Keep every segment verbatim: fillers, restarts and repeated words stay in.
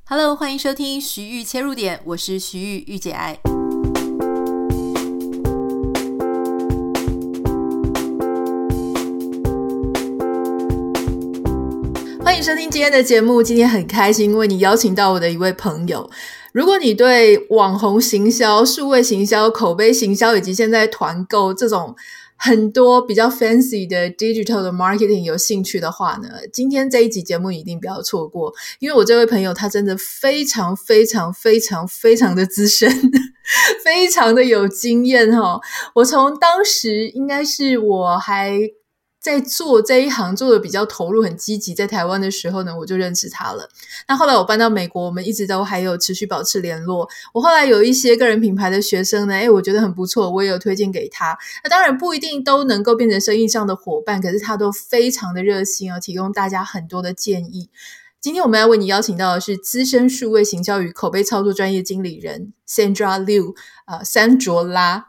Hello， 欢迎收听徐玉切入点，我是徐玉玉姐爱。欢迎收听今天的节目，今天很开心为你邀请到我的一位朋友。如果你对网红行销、数位行销、口碑行销以及现在团购这种很多比较 fancy 的 digital 的 marketing 有兴趣的话呢，今天这一集节目一定不要错过，因为我这位朋友他真的非常非常非常非常的资深非常的有经验齁。我从当时应该是我还在做这一行做的比较投入很积极，在台湾的时候呢我就认识他了。那后来我搬到美国，我们一直都还有持续保持联络。我后来有一些个人品牌的学生呢，诶我觉得很不错，我也有推荐给他。那当然不一定都能够变成生意上的伙伴，可是他都非常的热心哦，提供大家很多的建议。今天我们要为你邀请到的是资深数位行销与口碑操作专业经理人 Sandra Liu、呃、珊卓拉。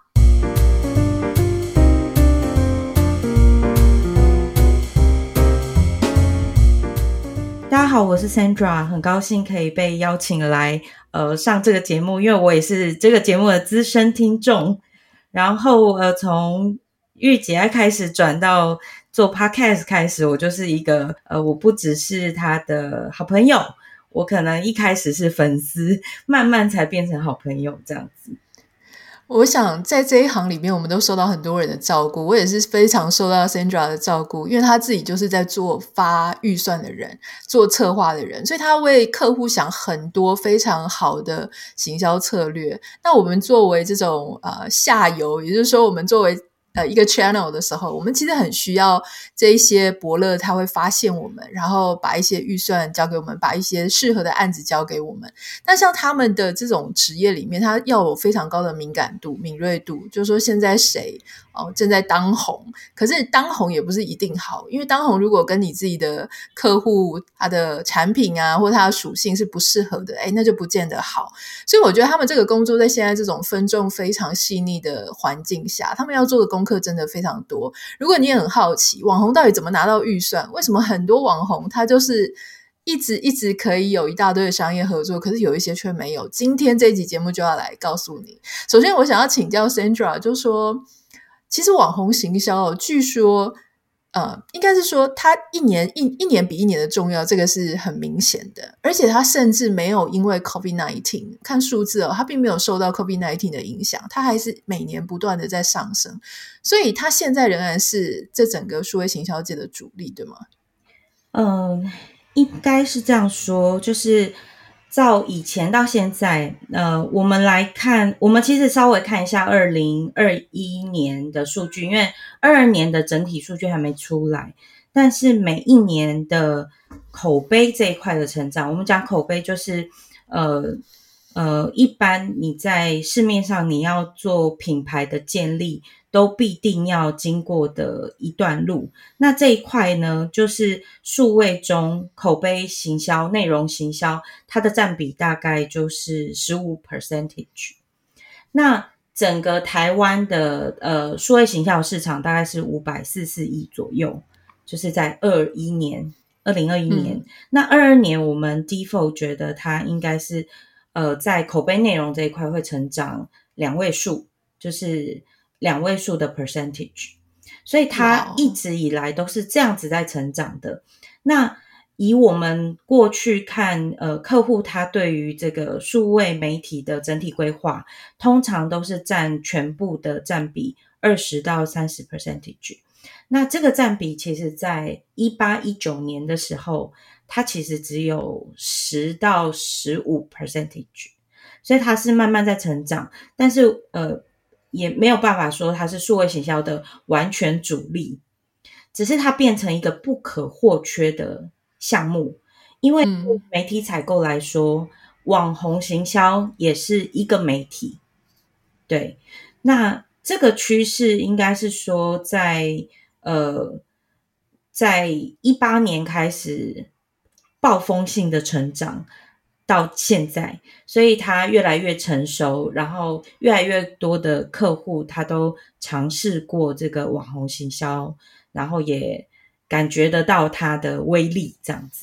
大家好，我是 Sandra， 很高兴可以被邀请来呃上这个节目，因为我也是这个节目的资深听众。然后呃从玉姐爱开始转到做 podcast 开始，我就是一个呃我不只是她的好朋友，我可能一开始是粉丝，慢慢才变成好朋友这样子。 我想在这一行里面我们都受到很多人的照顾，我也是非常受到 Sandra 的照顾，因为他自己就是在做发预算的人，做策划的人，所以他为客户想很多非常好的行销策略。那我们作为这种呃下游，也就是说我们作为呃，一个 channel 的时候，我们其实很需要这一些伯乐他会发现我们，然后把一些预算交给我们，把一些适合的案子交给我们。那像他们的这种职业里面，他要有非常高的敏感度、敏锐度，就是说现在谁哦正在当红，可是当红也不是一定好，因为当红如果跟你自己的客户他的产品啊或他的属性是不适合的，诶那就不见得好。所以我觉得他们这个工作在现在这种分众非常细腻的环境下，他们要做的功课真的非常多。如果你也很好奇网红到底怎么拿到预算，为什么很多网红他就是一直一直可以有一大堆的商业合作，可是有一些却没有，今天这一集节目就要来告诉你。首先我想要请教 Sandra， 就说其实网红行销、哦、据说呃，应该是说它一年一一年比一年的重要，这个是很明显的，而且它甚至没有因为 COVID 十九 看数字哦，它并没有受到 COVID 十九 的影响，它还是每年不断的在上升，所以它现在仍然是这整个数位行销界的主力，对吗？ 嗯，应该是这样说，就是照以前到现在，呃，我们来看，我们其实稍微看一下二零二一年的数据，因为二二年的整体数据还没出来，但是每一年的口碑这一块的成长，我们讲口碑就是呃呃，一般你在市面上你要做品牌的建立，都必定要经过的一段路。那这一块呢，就是数位中口碑行销、内容行销，它的占比大概就是 百分之十五。那整个台湾的呃数位行销市场大概是五百四十四亿左右，就是在二一年二零二一年、嗯、那二二年我们 default 觉得它应该是呃在口碑内容这一块会成长两位数，就是两位数的 percentage， 所以它一直以来都是这样子在成长的。那以我们过去看呃，客户他对于这个数位媒体的整体规划，通常都是占全部的占比二十到三十 percentage。 那这个占比其实在一八一九年的时候，它其实只有十到十五 percentage， 所以它是慢慢在成长，但是呃也没有办法说它是数位行销的完全主力，只是它变成一个不可或缺的项目。因为媒体采购来说、嗯、网红行销也是一个媒体，对，那这个趋势应该是说在呃在一八年开始暴风性的成长到现在，所以它越来越成熟，然后越来越多的客户他都尝试过这个网红行销，然后也感觉得到它的威力这样子。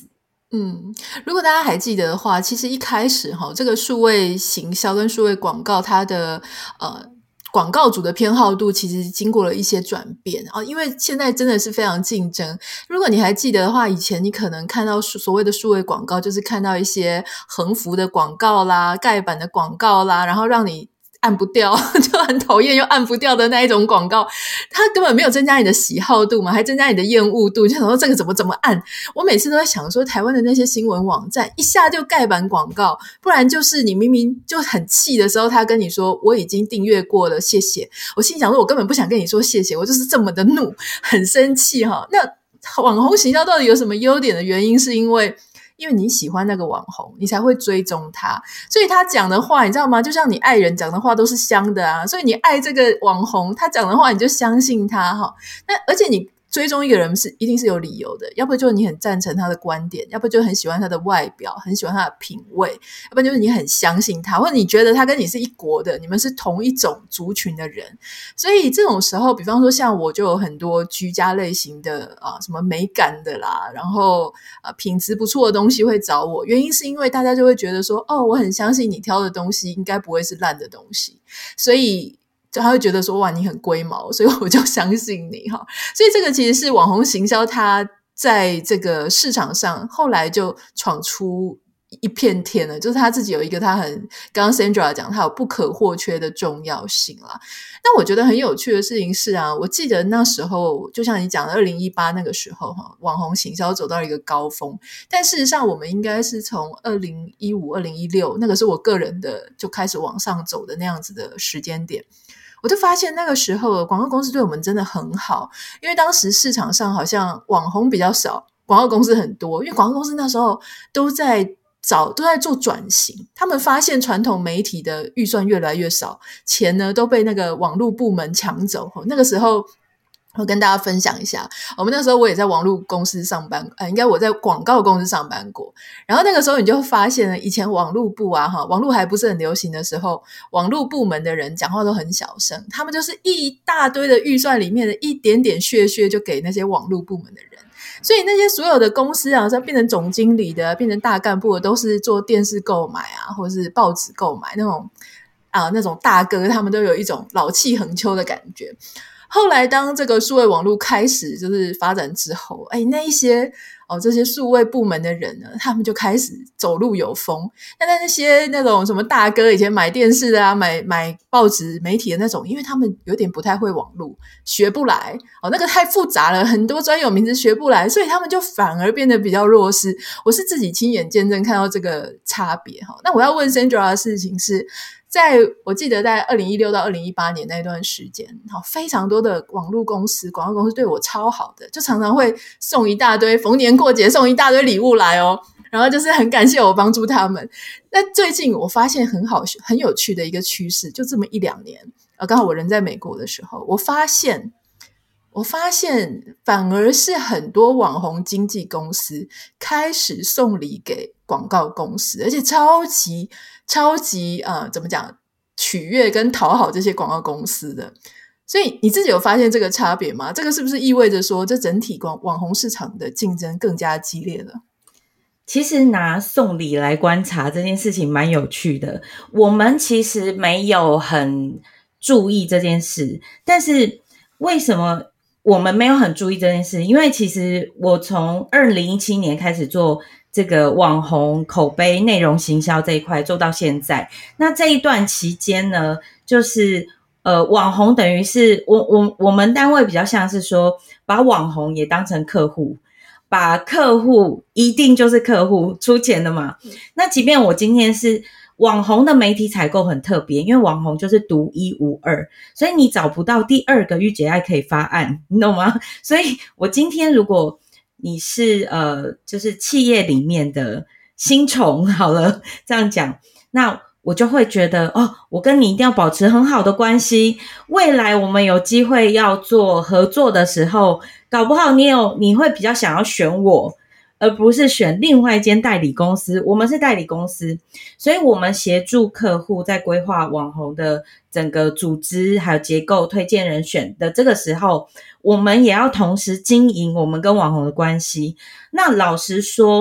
嗯，如果大家还记得的话，其实一开始哈，这个数位行销跟数位广告，它的呃广告主的偏好度其实经过了一些转变啊，因为现在真的是非常竞争。如果你还记得的话，以前你可能看到所谓的数位广告，就是看到一些横幅的广告啦、盖板的广告啦，然后让你按不掉，就很讨厌又按不掉的那一种广告，它根本没有增加你的喜好度嘛，还增加你的厌恶度，就想说这个怎么怎么按。我每次都在想说，台湾的那些新闻网站一下就盖板广告，不然就是你明明就很气的时候，他跟你说我已经订阅过了，谢谢。我心想说，我根本不想跟你说谢谢，我就是这么的怒，很生气哈。那网红行销到底有什么优点的原因，是因为因为你喜欢那个网红，你才会追踪他，所以他讲的话你知道吗，就像你爱人讲的话都是香的啊，所以你爱这个网红，他讲的话你就相信他哈。那而且你追踪一个人是一定是有理由的，要不就你很赞成他的观点，要不就很喜欢他的外表，很喜欢他的品味，要不就是你很相信他，或者你觉得他跟你是一国的，你们是同一种族群的人。所以这种时候，比方说像我就有很多居家类型的啊，什么美感的啦，然后啊品质不错的东西会找我，原因是因为大家就会觉得说，哦，我很相信你挑的东西应该不会是烂的东西，所以就他会觉得说，哇，你很龟毛，所以我就相信你哈。所以这个其实是网红行销它在这个市场上后来就闯出一片天了，就是他自己有一个他很刚刚 Sandra 讲他有不可或缺的重要性啦。但我觉得很有趣的事情是啊，我记得那时候就像你讲的二零一八那个时候哈，网红行销走到一个高峰，但事实上我们应该是从二零一五、二零一六那个是我个人的就开始往上走的那样子的时间点。我就发现那个时候广告公司对我们真的很好，因为当时市场上好像网红比较少，广告公司很多，因为广告公司那时候都在找都在做转型，他们发现传统媒体的预算越来越少，钱呢都被那个网络部门抢走。那个时候我跟大家分享一下，我们那时候我也在网络公司上班，呃，应该我在广告公司上班过。然后那个时候你就发现了，以前网络部啊，哈，网络还不是很流行的时候，网络部门的人讲话都很小声，他们就是一大堆的预算里面的一点点屑屑就给那些网络部门的人。所以那些所有的公司啊，像变成总经理的、变成大干部的，都是做电视购买啊，或者是报纸购买那种啊，那种大哥，他们都有一种老气横秋的感觉。后来当这个数位网络开始就是发展之后，哎，那一些哦这些数位部门的人呢，他们就开始走路有风。那那些那种什么大哥以前买电视的啊，买买报纸媒体的那种，因为他们有点不太会网络，学不来哦，那个太复杂了，很多专有名词学不来，所以他们就反而变得比较弱势。我是自己亲眼见证看到这个差别哈。那我要问 Sandra 的事情是，在我记得在二零一六到二零一八年那段时间，非常多的网络公司广告公司对我超好的，就常常会送一大堆，逢年过节送一大堆礼物来哦，然后就是很感谢我帮助他们。那最近我发现很好很有趣的一个趋势，就这么一两年，呃，刚好我人在美国的时候，我发现我发现反而是很多网红经纪公司开始送礼给广告公司，而且超级超级呃，怎么讲，取悦跟讨好这些广告公司的。所以你自己有发现这个差别吗？这个是不是意味着说这整体网网红市场的竞争更加激烈了？ 其实拿送礼来观察这件事情蛮有趣的，我们其实没有很注意这件事，但是为什么我们没有很注意这件事？因为其实我从二零一七年开始做这个网红口碑内容行销这一块做到现在，那这一段期间呢，就是呃，网红等于是我我我们单位比较像是说把网红也当成客户，把客户一定就是客户出钱的嘛。那即便我今天是网红的媒体采购很特别，因为网红就是独一无二，所以你找不到第二个御姐爱可以发案，你懂吗？所以我今天如果你是呃，就是企业里面的新宠，好了，这样讲，那我就会觉得哦，我跟你一定要保持很好的关系，未来我们有机会要做合作的时候，搞不好你有你会比较想要选我，而不是选另外一间代理公司。我们是代理公司，所以我们协助客户在规划网红的整个组织还有结构推荐人选的这个时候，我们也要同时经营我们跟网红的关系。那老实说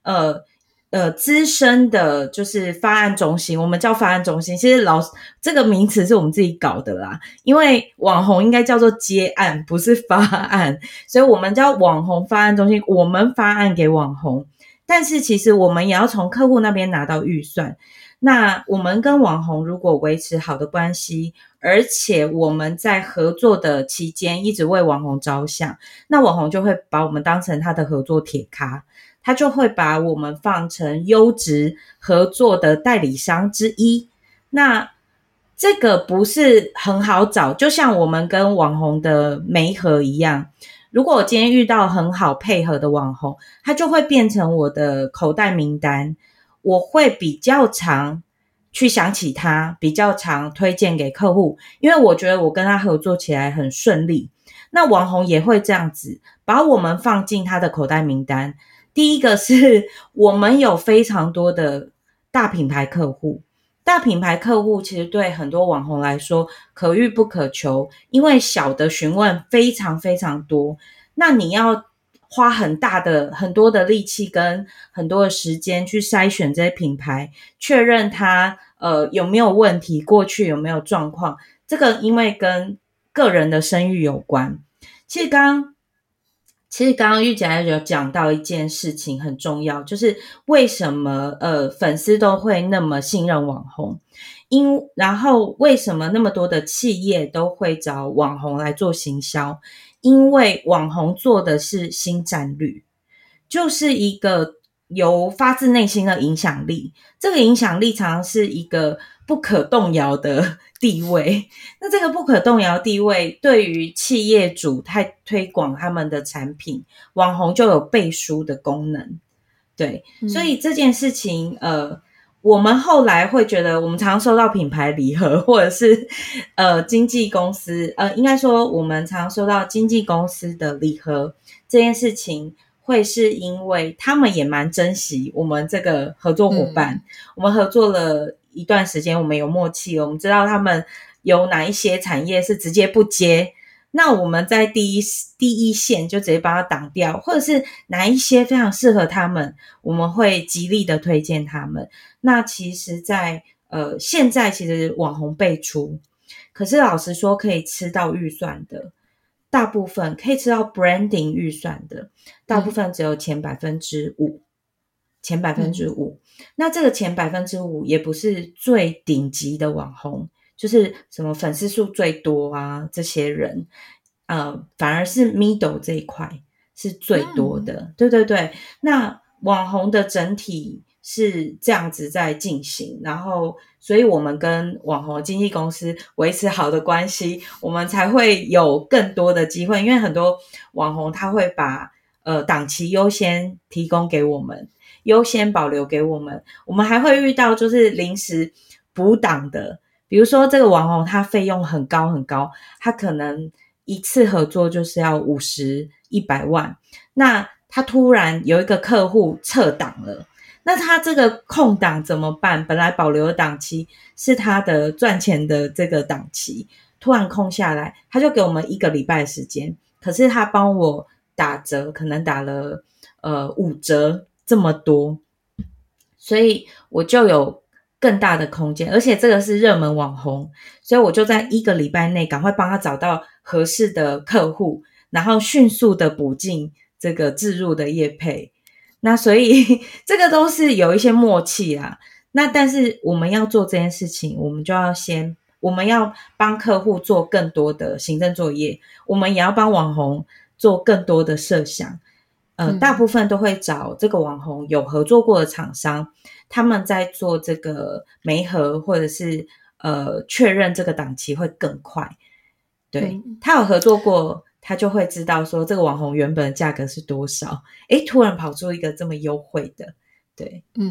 呃呃资深的，就是发案中心，我们叫发案中心，其实老这个名词是我们自己搞的啦，因为网红应该叫做接案，不是发案，所以我们叫网红发案中心，我们发案给网红，但是其实我们也要从客户那边拿到预算。那我们跟网红如果维持好的关系，而且我们在合作的期间一直为网红着想，那网红就会把我们当成他的合作铁咖，他就会把我们放成优质合作的代理商之一。那这个不是很好找，就像我们跟网红的媒合一样，如果我今天遇到很好配合的网红，他就会变成我的口袋名单，我会比较常去想起他，比较常推荐给客户，因为我觉得我跟他合作起来很顺利。那网红也会这样子把我们放进他的口袋名单。第一个是我们有非常多的大品牌客户，大品牌客户其实对很多网红来说可遇不可求，因为小的询问非常非常多，那你要花很大的很多的力气跟很多的时间去筛选这些品牌，确认它呃有没有问题，过去有没有状况，这个因为跟个人的声誉有关。其实刚刚其实刚刚玉姐有讲到一件事情很重要，就是为什么呃粉丝都会那么信任网红，因然后为什么那么多的企业都会找网红来做行销，因为网红做的是新战略，就是一个由发自内心的影响力，这个影响力常常是一个不可动摇的地位，那这个不可动摇地位对于企业主太推广他们的产品，网红就有背书的功能。对、嗯、所以这件事情呃我们后来会觉得我们常收到品牌礼盒，或者是呃经纪公司呃应该说我们常收到经纪公司的礼盒，这件事情会是因为他们也蛮珍惜我们这个合作伙伴、嗯、我们合作了一段时间，我们有默契，我们知道他们有哪一些产业是直接不接，那我们在第一第一线就直接帮他挡掉，或者是哪一些非常适合他们，我们会极力的推荐他们。那其实在呃现在其实网红辈出，可是老实说可以吃到预算的大部分，可以吃到 branding 预算的大部分只有前百分之五、嗯、前百分之五、嗯、那这个前百分之五也不是最顶级的网红，就是什么粉丝数最多啊这些人呃，反而是 middle 这一块是最多的、嗯、对对对。那网红的整体是这样子在进行，然后所以我们跟网红经纪公司维持好的关系，我们才会有更多的机会，因为很多网红他会把呃档期优先提供给我们，优先保留给我们，我们还会遇到就是临时补档的，比如说这个网红他费用很高很高，他可能一次合作就是要五十、一百万，那他突然有一个客户撤档了，那他这个空档怎么办？本来保留的档期是他的赚钱的这个档期，突然空下来，他就给我们一个礼拜的时间，可是他帮我打折，可能打了呃五折这么多，所以我就有更大的空间，而且这个是热门网红，所以我就在一个礼拜内赶快帮他找到合适的客户，然后迅速的补进这个置入的业配。那所以这个都是有一些默契啦。那但是我们要做这件事情，我们就要先我们要帮客户做更多的行政作业，我们也要帮网红做更多的设想。呃，大部分都会找这个网红有合作过的厂商，他们在做这个媒合或者是呃确认这个档期会更快。对、嗯、他有合作过，他就会知道说这个网红原本的价格是多少，诶突然跑出一个这么优惠的。对， 嗯，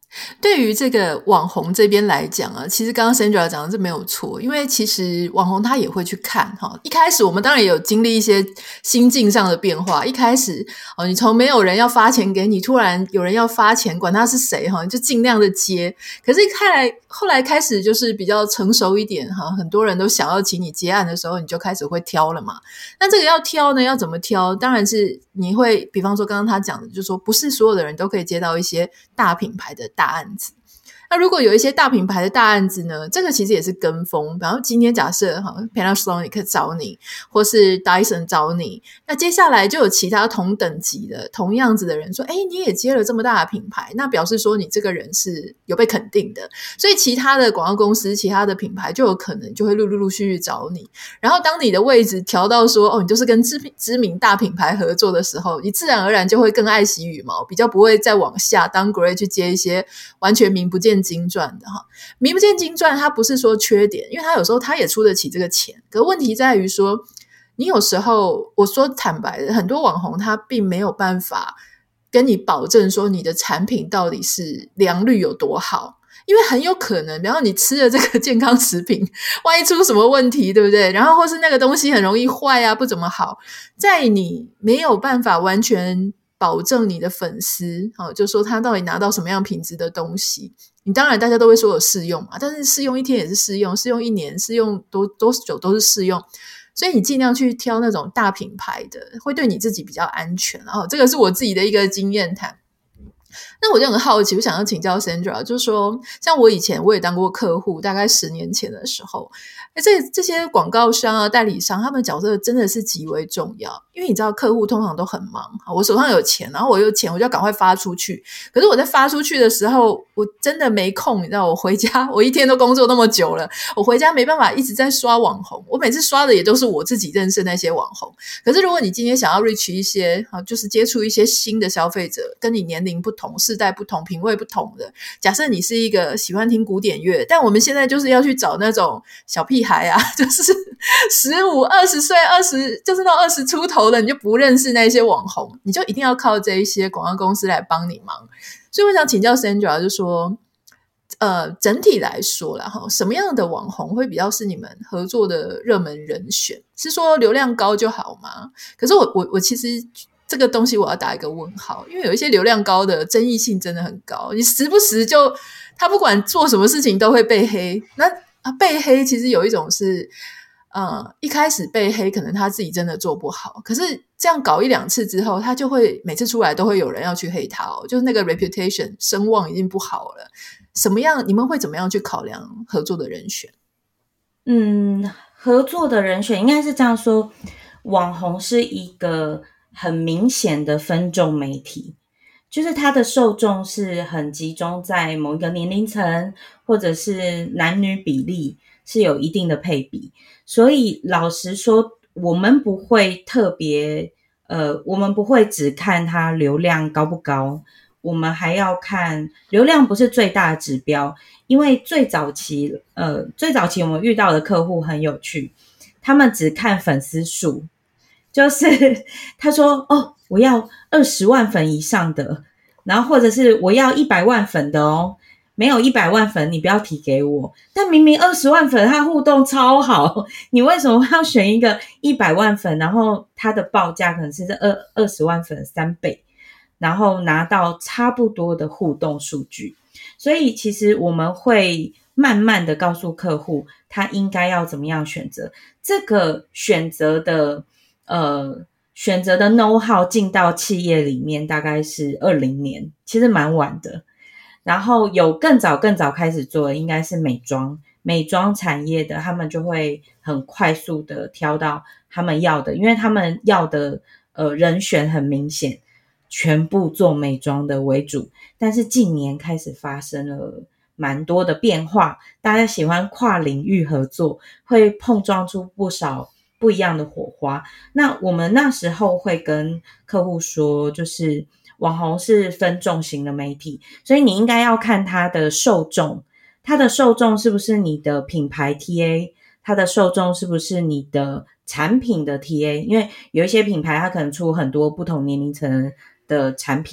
对于这个网红这边来讲啊，其实刚刚 Sandra 讲的是没有错，因为其实网红他也会去看哈。一开始我们当然也有经历一些心境上的变化，一开始哦，你从没有人要发钱给你，突然有人要发钱，管他是谁哈，你就尽量的接。可是看来后来开始就是比较成熟一点哈，很多人都想要请你接案的时候，你就开始会挑了嘛。那这个要挑呢，要怎么挑？当然是你会，比方说刚刚他讲的，就是说不是所有的人都可以接到一些大品牌的大案子。那如果有一些大品牌的大案子呢，这个其实也是跟风。然后今天假设哈 Panasonic 找你，或是 Dyson 找你，那接下来就有其他同等级的同样子的人说，诶，你也接了这么大的品牌，那表示说你这个人是有被肯定的，所以其他的广告公司其他的品牌就有可能就会陆陆陆续续找你。然后当你的位置调到说哦，你就是跟知知名大品牌合作的时候，你自然而然就会更爱惜羽毛，比较不会再往下 downgrade 去接一些完全名不见经传的哈。名不见经传它不是说缺点，因为它有时候它也出得起这个钱，可问题在于说你有时候我说坦白的，很多网红他并没有办法跟你保证说你的产品到底是良率有多好，因为很有可能然后你吃了这个健康食品万一出什么问题对不对，然后或是那个东西很容易坏啊，不怎么好，在你没有办法完全保证你的粉丝、哦、就说他到底拿到什么样品质的东西，你当然大家都会说有试用嘛，但是试用一天也是试用，试用一年，试用多多久都是试用，所以你尽量去挑那种大品牌的，会对你自己比较安全。然后这个是我自己的一个经验谈。那我就很好奇，我想要请教 Sandra， 就是说像我以前我也当过客户，大概十年前的时候，这这些广告商啊代理商他们角色真的是极为重要，因为你知道客户通常都很忙，我手上有钱，然后我有钱我就要赶快发出去，可是我在发出去的时候我真的没空，你知道我回家我一天都工作那么久了，我回家没办法一直在刷网红，我每次刷的也都是我自己认识那些网红，可是如果你今天想要 reach 一些就是接触一些新的消费者，跟你年龄不同世代不同品味不同的，假设你是一个喜欢听古典乐，但我们现在就是要去找那种小屁孩啊，就是十五二十岁二十就是那种二十出头的，你就不认识那些网红，你就一定要靠这一些广告公司来帮你忙。所以我想请教 Sandra， 就说呃，整体来说啦，什么样的网红会比较是你们合作的热门人选？是说流量高就好吗？可是我我我其实这个东西我要打一个问号，因为有一些流量高的争议性真的很高，你时不时就他不管做什么事情都会被黑。那、啊、被黑其实有一种是呃，一开始被黑可能他自己真的做不好，可是这样搞一两次之后，他就会每次出来都会有人要去黑他哦，就是那个 reputation 声望已经不好了。什么样你们会怎么样去考量合作的人选？ 嗯，合作的人选应该是这样说，网红是一个很明显的分众媒体，就是它的受众是很集中在某一个年龄层，或者是男女比例是有一定的配比，所以老实说我们不会特别呃，我们不会只看它流量高不高，我们还要看流量不是最大的指标，因为最早期呃，最早期我们遇到的客户很有趣，他们只看粉丝数，就是他说哦，我要二十万粉以上的，然后或者是我要一百万粉的哦，没有一百万粉你不要提给我，但明明二十万粉他互动超好，你为什么要选一个一百万粉，然后他的报价可能是二十万粉三倍，然后拿到差不多的互动数据。所以其实我们会慢慢的告诉客户他应该要怎么样选择，这个选择的呃选择的 know how 进到企业里面大概是二零年，其实蛮晚的。然后有更早更早开始做的应该是美妆美妆产业的，他们就会很快速的挑到他们要的，因为他们要的呃人选很明显，全部做美妆的为主。但是近年开始发生了蛮多的变化，大家喜欢跨领域合作，会碰撞出不少不一样的火花。那我们那时候会跟客户说，就是网红是分众型的媒体，所以你应该要看它的受众，它的受众是不是你的品牌 T A， 它的受众是不是你的产品的 T A， 因为有一些品牌它可能出很多不同年龄层的产品，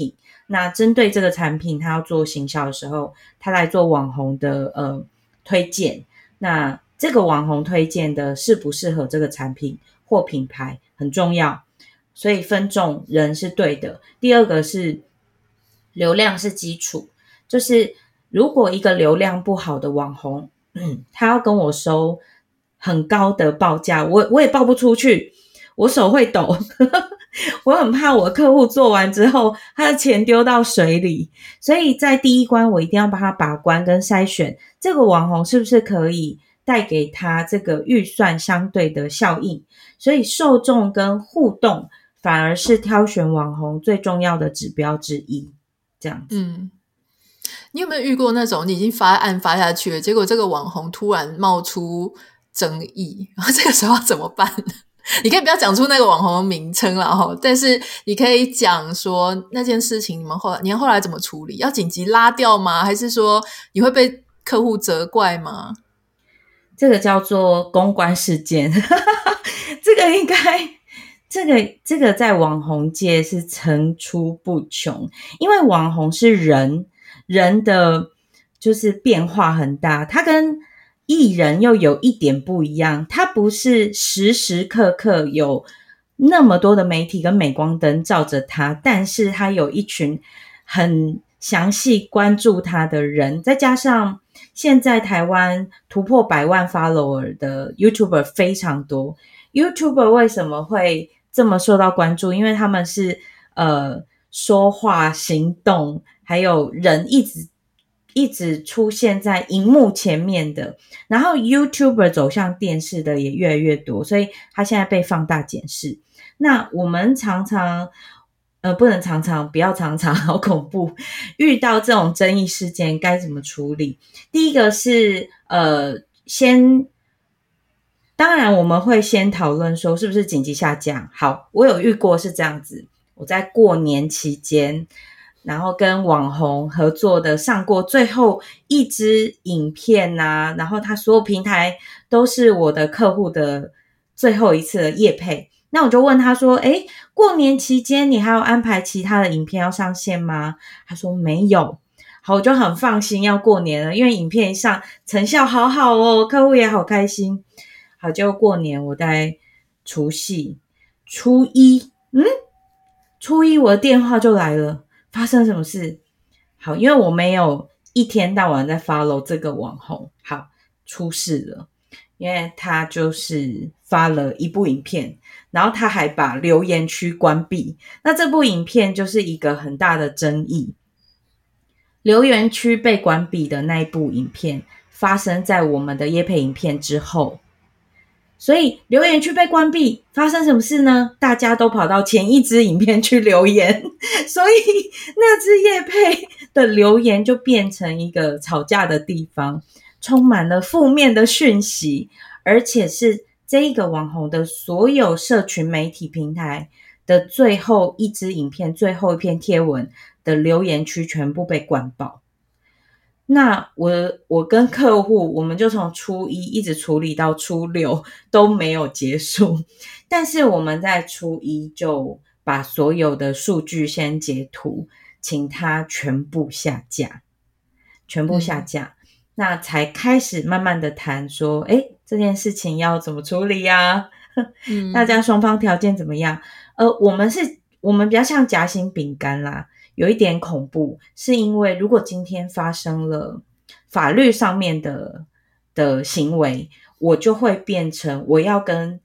那针对这个产品，他要做行销的时候，他来做网红的呃推荐。那这个网红推荐的适不适合这个产品或品牌很重要，所以分众人是对的。第二个是流量是基础，就是如果一个流量不好的网红，嗯，他要跟我收很高的报价，我我也报不出去，我手会抖我很怕我客户做完之后他的钱丢到水里，所以在第一关我一定要帮他把关跟筛选这个网红是不是可以带给他这个预算相对的效应，所以受众跟互动反而是挑选网红最重要的指标之一，这样子。 嗯，你有没有遇过那种你已经发案发下去了，结果这个网红突然冒出争议，然后这个时候怎么办？你可以不要讲出那个网红的名称啦，但是你可以讲说那件事情你们后来你后来怎么处理？要紧急拉掉吗？还是说你会被客户责怪吗？ 这个叫做公关事件这个应该这个这个在网红界是层出不穷，因为网红是人人的就是变化很大，他跟艺人又有一点不一样，他不是时时刻刻有那么多的媒体跟镁光灯照着他，但是他有一群很详细关注他的人，再加上现在台湾突破百万 follower 的 YouTuber 非常多。 YouTuber 为什么会这么受到关注？因为他们是呃说话行动还有人一直一直出现在荧幕前面的，然后 YouTuber 走向电视的也越来越多，所以他现在被放大检视。那我们常常呃，不能常常，不要常常，好恐怖。遇到这种争议事件该怎么处理？第一个是呃，先，当然我们会先讨论说是不是紧急下架。好，我有遇过是这样子，我在过年期间，然后跟网红合作的上过最后一支影片啊，然后他所有平台都是我的客户的最后一次的业配。那我就问他说，诶，过年期间你还有安排其他的影片要上线吗？他说没有。好，我就很放心要过年了，因为影片一上成效好好哦，客户也好开心。好，就过年我在除夕初一嗯初一我的电话就来了，发生什么事？好，因为我没有一天到晚在 follow 这个网红，好，出事了。因为他就是发了一部影片，然后他还把留言区关闭，那这部影片就是一个很大的争议。留言区被关闭的那一部影片发生在我们的业配影片之后，所以留言区被关闭发生什么事呢？大家都跑到前一支影片去留言，所以那支业配的留言就变成一个吵架的地方，充满了负面的讯息，而且是这个网红的所有社群媒体平台的最后一支影片最后一篇贴文的留言区全部被灌爆。那我我跟客户我们就从初一一直处理到初六都没有结束，但是我们在初一就把所有的数据先截图，请他全部下架全部下架、嗯、那才开始慢慢的谈说，诶，这件事情要怎么处理啊、嗯、大家双方条件怎么样。呃，我们是我们比较像夹心饼干啦，有一点恐怖，是因为如果今天发生了法律上面的的行为，我就会变成我要跟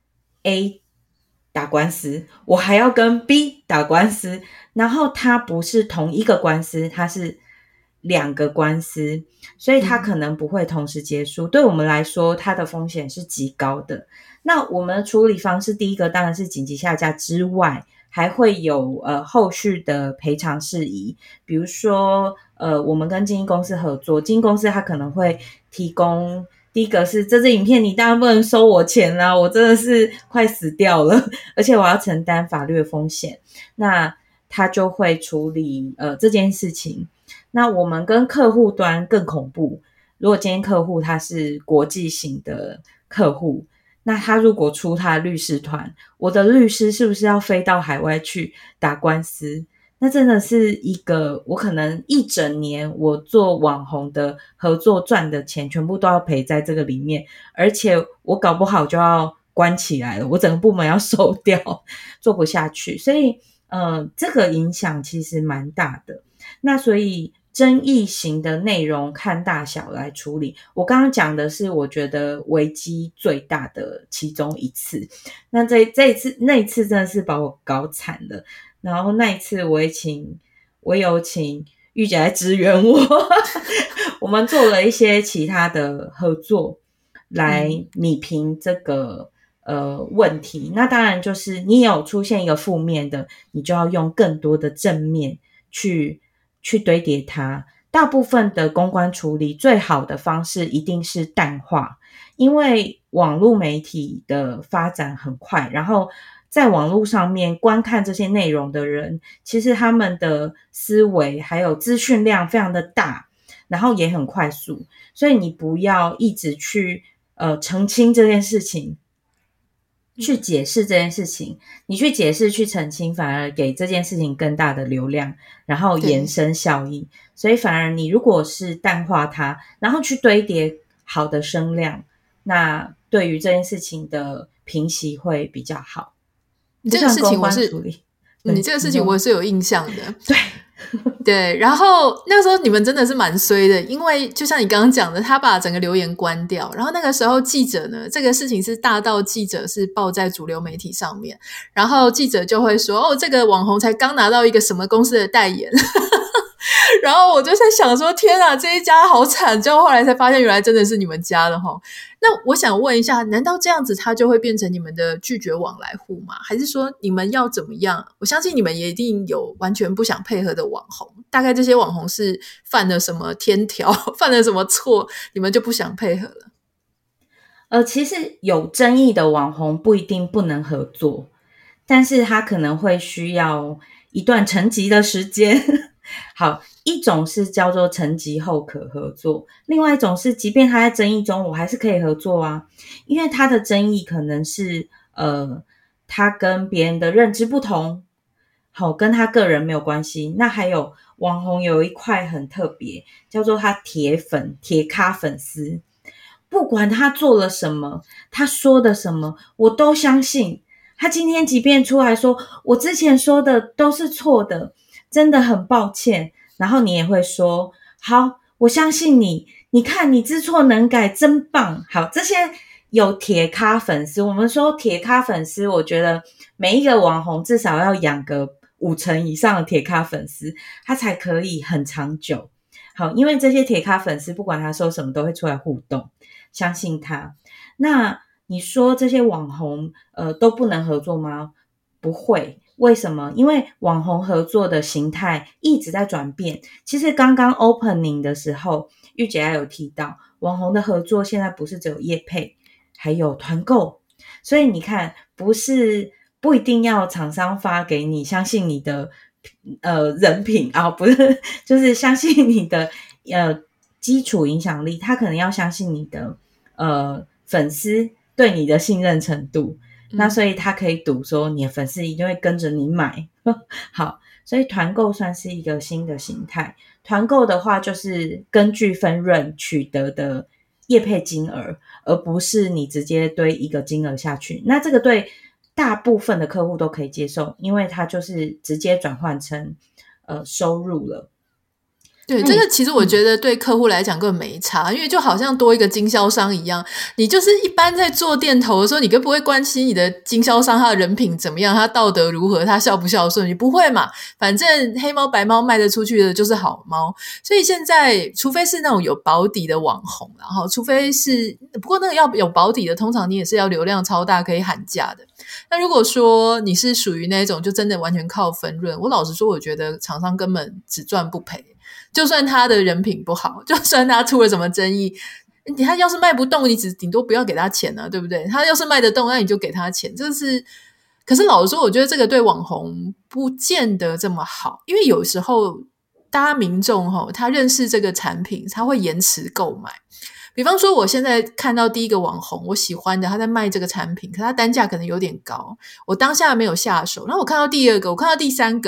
A 打官司，我还要跟 B 打官司，然后它不是同一个官司，它是两个官司，所以它可能不会同时结束、嗯、对我们来说它的风险是极高的。那我们的处理方式，第一个当然是紧急下架之外，还会有呃后续的赔偿事宜，比如说呃我们跟经纪公司合作，经纪公司它可能会提供，第一个是这支影片你当然不能收我钱啦，我真的是快死掉了，而且我要承担法律的风险，那他就会处理呃这件事情。那我们跟客户端更恐怖，如果今天客户他是国际型的客户，那他如果出他的律师团，我的律师是不是要飞到海外去打官司？ 那真的是一个我可能一整年我做网红的合作赚的钱全部都要赔在这个里面，而且我搞不好就要关起来了，我整个部门要收掉，做不下去。所以呃，这个影响其实蛮大的。那所以争议型的内容看大小来处理，我刚刚讲的是我觉得危机最大的其中一次。那这这一次那一次真的是把我搞惨了，然后那一次我也请我有请玉姐来支援我我们做了一些其他的合作来弭平这个、嗯、呃问题。那当然就是你有出现一个负面的，你就要用更多的正面去去堆叠它。大部分的公关处理最好的方式一定是淡化，因为网络媒体的发展很快，然后在网络上面观看这些内容的人，其实他们的思维还有资讯量非常的大，然后也很快速，所以你不要一直去呃澄清这件事情，去解释这件事情，你去解释去澄清，反而给这件事情更大的流量，然后延伸效益。所以反而你如果是淡化它，然后去堆叠好的声量，那对于这件事情的平息会比较好。 你这个事情我是你这个事情我是有印象的。 对对，然后那个时候你们真的是蛮衰的，因为就像你刚刚讲的，他把整个留言关掉，然后那个时候记者呢，这个事情是大到记者是报在主流媒体上面，然后记者就会说，哦，这个网红才刚拿到一个什么公司的代言然后我就在想说，天啊，这一家好惨，结果后来才发现原来真的是你们家的齁。那我想问一下，难道这样子他就会变成你们的拒绝往来户吗？还是说你们要怎么样？我相信你们也一定有完全不想配合的网红，大概这些网红是犯了什么天条，犯了什么错，你们就不想配合了？ 呃，其实有争议的网红不一定不能合作，但是他可能会需要一段沉寂的时间好，一种是叫做沉寂后可合作，另外一种是即便他在争议中我还是可以合作啊，因为他的争议可能是呃，他跟别人的认知不同，好，跟他个人没有关系。那还有网红有一块很特别，叫做他铁粉铁咖粉丝，不管他做了什么，他说的什么我都相信，他今天即便出来说我之前说的都是错的，真的很抱歉，然后你也会说好，我相信你，你看你知错能改真棒。好，这些有铁咖粉丝，我们说铁咖粉丝，我觉得每一个网红至少要养个五成以上的铁咖粉丝，他才可以很长久。好，因为这些铁咖粉丝不管他说什么都会出来互动，相信他。那你说这些网红呃都不能合作吗？不会。为什么？因为网红合作的形态一直在转变。其实刚刚 opening 的时候，玉姐还有提到，网红的合作现在不是只有业配，还有团购。所以你看，不是不一定要厂商发给你，相信你的呃人品啊，不是，就是相信你的呃基础影响力，他可能要相信你的呃粉丝对你的信任程度。那所以他可以赌说你的粉丝一定会跟着你买好，所以团购算是一个新的形态。团购的话就是根据分润取得的业配金额，而不是你直接堆一个金额下去。那这个对大部分的客户都可以接受，因为它就是直接转换成呃收入了。 对，这个其实我觉得对客户来讲根本没差，因为就好像多一个经销商一样，你就是一般在做店头的时候，你更不会关心你的经销商他的人品怎么样，他道德如何，他孝不孝顺，你不会嘛，反正黑猫白猫卖得出去的就是好猫。所以现在除非是那种有保底的网红，然后除非是不过那个要有保底的通常你也是要流量超大可以喊价的。那如果说你是属于那种就真的完全靠分润，我老实说我觉得厂商根本只赚不赔，就算他的人品不好，就算他出了什么争议，他要是卖不动，你只顶多不要给他钱啊，对不对？他要是卖得动，那你就给他钱。这是，可是老实说，我觉得这个对网红不见得这么好，因为有时候大家民众齁，他认识这个产品，他会延迟购买。比方说，我现在看到第一个网红，我喜欢的，他在卖这个产品，可他单价可能有点高，我当下没有下手。然后我看到第二个，我看到第三个。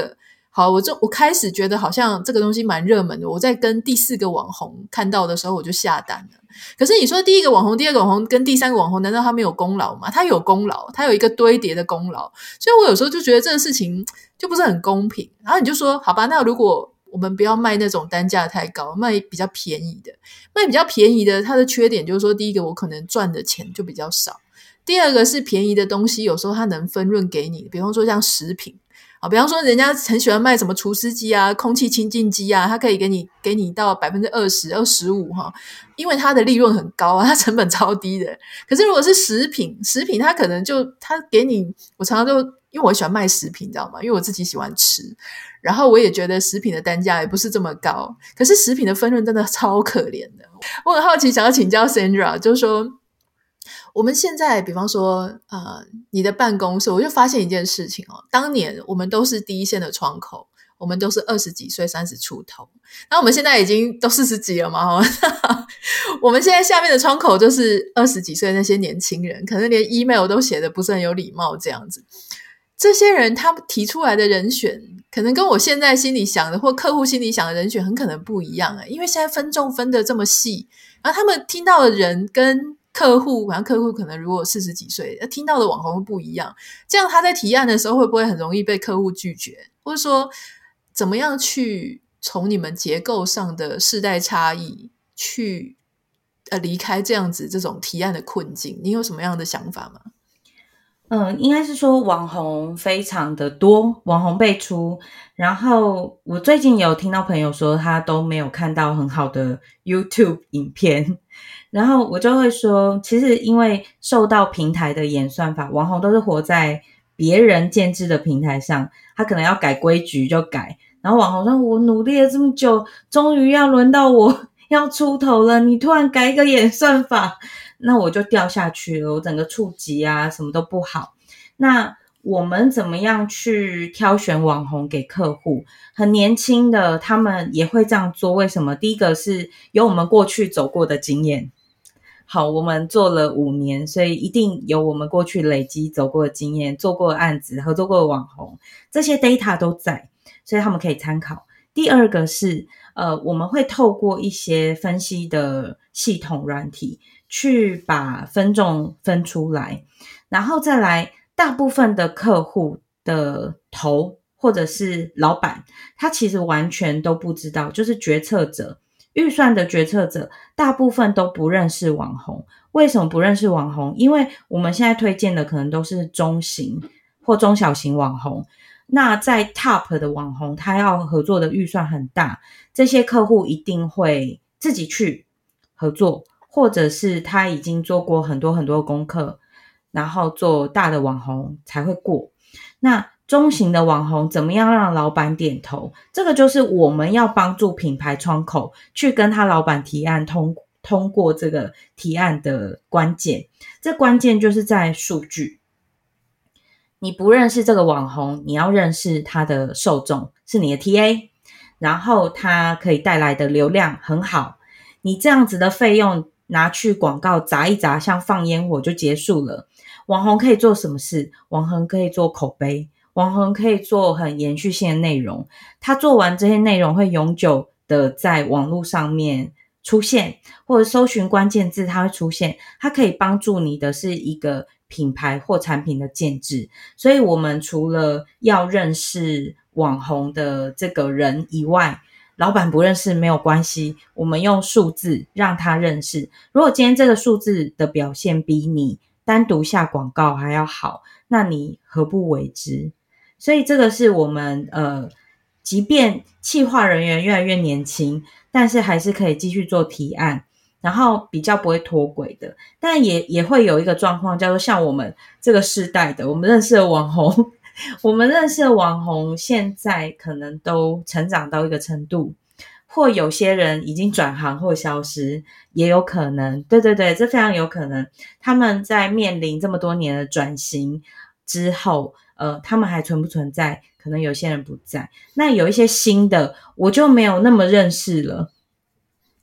好，我就我开始觉得好像这个东西蛮热门的，我在跟第四个网红看到的时候我就下单了。可是你说第一个网红第二个网红跟第三个网红，难道他没有功劳吗？他有功劳，他有一个堆叠的功劳，所以我有时候就觉得这个事情就不是很公平。然后你就说好吧，那如果我们不要卖那种单价太高，卖比较便宜的，卖比较便宜的它的缺点就是说，第一个我可能赚的钱就比较少，第二个是便宜的东西有时候它能分润给你，比方说像食品啊，比方说人家很喜欢卖什么除湿机啊、空气清净机啊，它可以给你给你到 百分之二十、二十五 哈，因为它的利润很高啊，它成本超低的。可是如果是食品，食品它可能就它给你，我常常就因为我喜欢卖食品，你知道吗？因为我自己喜欢吃，然后我也觉得食品的单价也不是这么高，可是食品的分润真的超可怜的。我很好奇，想要请教 Sandra， 就是说我们现在比方说呃，你的办公室，我就发现一件事情哦，当年我们都是第一线的窗口，我们都是二十几岁三十出头，那我们现在已经都四十几了嘛我们现在下面的窗口就是二十几岁的那些年轻人，可能连 email 都写的不是很有礼貌这样子。这些人他们提出来的人选可能跟我现在心里想的或客户心里想的人选很可能不一样、欸、因为现在分众分的这么细，然后他们听到的人跟客户，反正客户可能如果四十几岁听到的网红不一样，这样他在提案的时候会不会很容易被客户拒绝，或者说怎么样去从你们结构上的世代差异去呃离开这样子这种提案的困境，你有什么样的想法吗？ 嗯，应该是说网红非常的多，网红辈出，然后我最近有听到朋友说他都没有看到很好的 YouTube 影片，然后我就会说其实因为受到平台的演算法，网红都是活在别人建制的平台上，他可能要改规矩就改，然后网红说我努力了这么久，终于要轮到我要出头了，你突然改一个演算法，那我就掉下去了，我整个触及啊什么都不好。那我们怎么样去挑选网红给客户？很年轻的他们也会这样做，为什么？第一个是有我们过去走过的经验，好，我们做了五年，所以一定有我们过去累积走过的经验，做过的案子，合作过的网红，这些 data 都在，所以他们可以参考。第二个是呃，我们会透过一些分析的系统软体去把分众分出来，然后再来大部分的客户的头或者是老板，他其实完全都不知道，就是决策者预算的决策者大部分都不认识网红。为什么不认识网红？因为我们现在推荐的可能都是中型或中小型网红，那在 top 的网红他要合作的预算很大，这些客户一定会自己去合作，或者是他已经做过很多很多功课，然后做大的网红才会过。那中型的网红怎么样让老板点头，这个就是我们要帮助品牌窗口去跟他老板提案通通过这个提案的关键。这关键就是在数据，你不认识这个网红，你要认识他的受众是你的 T A， 然后他可以带来的流量很好，你这样子的费用拿去广告砸一砸，像放烟火就结束了。网红可以做什么事？网红可以做口碑，网红可以做很延续性的内容，他做完这些内容会永久的在网络上面出现，或者搜寻关键字它会出现，它可以帮助你的是一个品牌或产品的建制。所以我们除了要认识网红的这个人以外，老板不认识没有关系，我们用数字让他认识。如果今天这个数字的表现比你单独下广告还要好，那你何不为之？所以这个是我们呃，即便企划人员越来越年轻，但是还是可以继续做提案，然后比较不会脱轨的。但也也会有一个状况，叫做像我们这个世代的，我们认识的网红我们认识的网红现在可能都成长到一个程度，或有些人已经转行或消失，也有可能。对对对，这非常有可能。他们在面临这么多年的转型之后，呃，他们还存不存在？可能有些人不在。那有一些新的，我就没有那么认识了。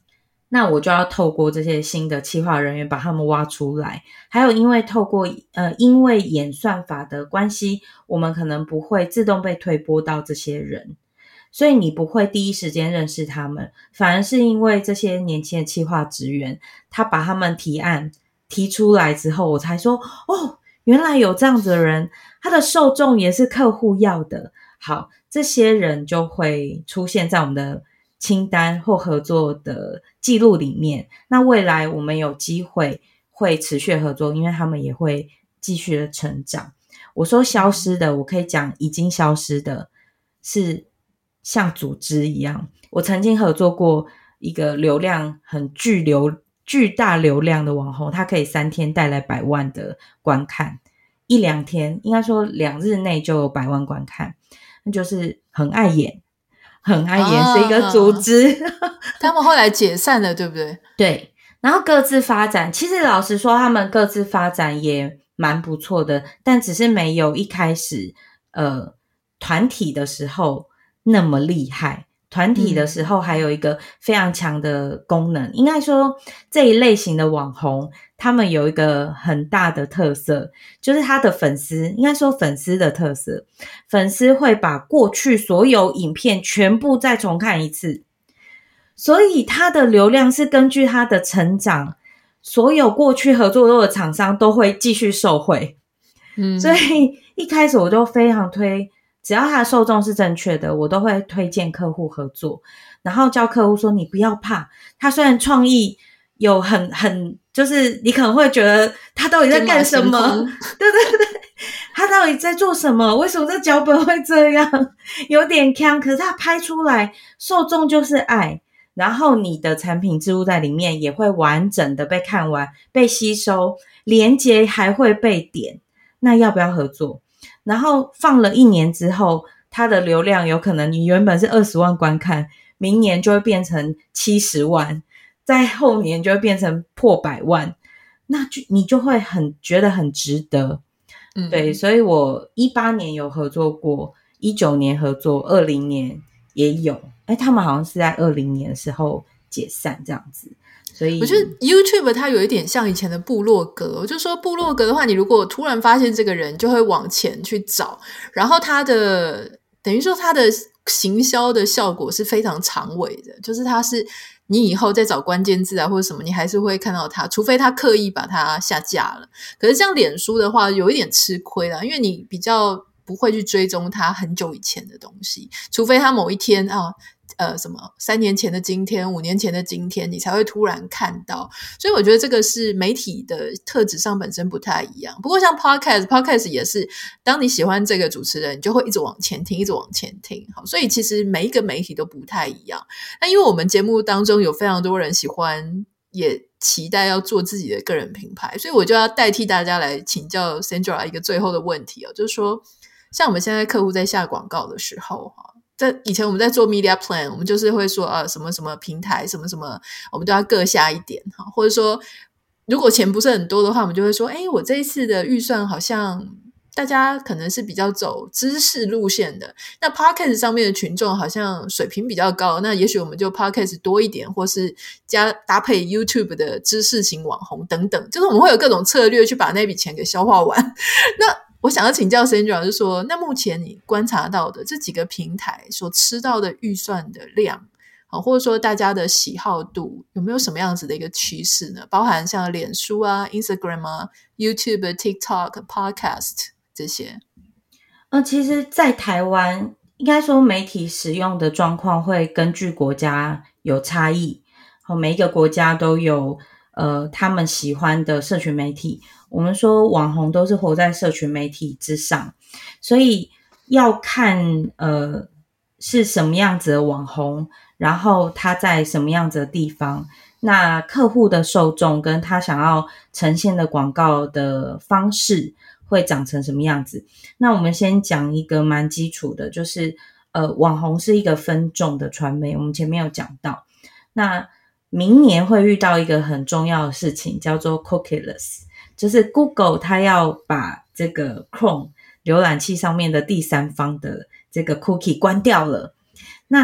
那我就要透过这些新的企划人员把他们挖出来，还有因为透过呃，因为演算法的关系，我们可能不会自动被推播到这些人，所以你不会第一时间认识他们，反而是因为这些年轻的企划职员，他把他们提案提出来之后，我才说哦，原来有这样子的人，他的受众也是客户要的。好，这些人就会出现在我们的清单或合作的记录里面。那未来我们有机会会持续合作，因为他们也会继续的成长。我说消失的，我可以讲已经消失的是像组织一样。我曾经合作过一个流量很巨流巨大流量的网红，他可以三天带来百万的观看，一两天应该说两日内就有百万观看，那就是很爱演很爱演、啊、是一个组织他们后来解散了对不对？ 对，然后各自发展，其实老实说他们各自发展也蛮不错的，但只是没有一开始呃团体的时候那么厉害。团体的时候还有一个非常强的功能、嗯、应该说这一类型的网红他们有一个很大的特色，就是他的粉丝，应该说粉丝的特色，粉丝会把过去所有影片全部再重看一次，所以他的流量是根据他的成长，所有过去合作过的厂商都会继续受惠。嗯，所以一开始我就非常推，只要他的受众是正确的，我都会推荐客户合作，然后教客户说你不要怕，他虽然创意有很很就是你可能会觉得他到底在干什么，对对对，他到底在做什么，为什么这脚本会这样，有点呛，可是他拍出来受众就是爱，然后你的产品置入在里面也会完整的被看完被吸收，连结还会被点，那要不要合作？然后放了一年之后，它的流量有可能你原本是二十万观看，明年就会变成七十万，在后年就会变成破百万，那就你就会很觉得很值得。嗯，对，所以我一八年有合作过，一九年合作，二零年也有，诶他们好像是在二零年的时候解散这样子。所以我觉得 YouTube 它有一点像以前的部落格，我就说部落格的话，你如果突然发现这个人就会往前去找，然后他的等于说他的行销的效果是非常长尾的，就是他是你以后再找关键字啊或者什么你还是会看到他，除非他刻意把它下架了。可是这样脸书的话有一点吃亏啦，因为你比较不会去追踪他很久以前的东西，除非他某一天啊呃，什么三年前的今天五年前的今天你才会突然看到，所以我觉得这个是媒体的特质上本身不太一样。不过像 podcast podcast 也是当你喜欢这个主持人你就会一直往前听一直往前听，好，所以其实每一个媒体都不太一样。那因为我们节目当中有非常多人喜欢也期待要做自己的个人品牌，所以我就要代替大家来请教 Sandra 一个最后的问题哦，就是说像我们现在客户在下广告的时候在以前我们在做 media plan 我们就是会说啊什么什么平台什么什么我们都要各下一点，或者说如果钱不是很多的话我们就会说诶我这一次的预算好像大家可能是比较走知识路线的，那 podcast 上面的群众好像水平比较高，那也许我们就 podcast 多一点，或是加搭配 YouTube 的知识型网红等等，就是我们会有各种策略去把那笔钱给消化完。那我想要请教 Sandra 就是说那目前你观察到的这几个平台所吃到的预算的量或者说大家的喜好度有没有什么样子的一个趋势呢？包含像脸书啊 Instagram 啊 YouTube TikTok Podcast 这些。 呃，其实在台湾应该说媒体使用的状况会根据国家有差异，每一个国家都有呃他们喜欢的社群媒体，我们说网红都是活在社群媒体之上，所以要看呃是什么样子的网红，然后他在什么样子的地方，那客户的受众跟他想要呈现的广告的方式会长成什么样子。那我们先讲一个蛮基础的，就是呃，网红是一个分众的传媒，我们前面有讲到，那明年会遇到一个很重要的事情叫做 cookieless， 就是 Google 它要把这个 Chrome 浏览器上面的第三方的这个 cookie 关掉了，那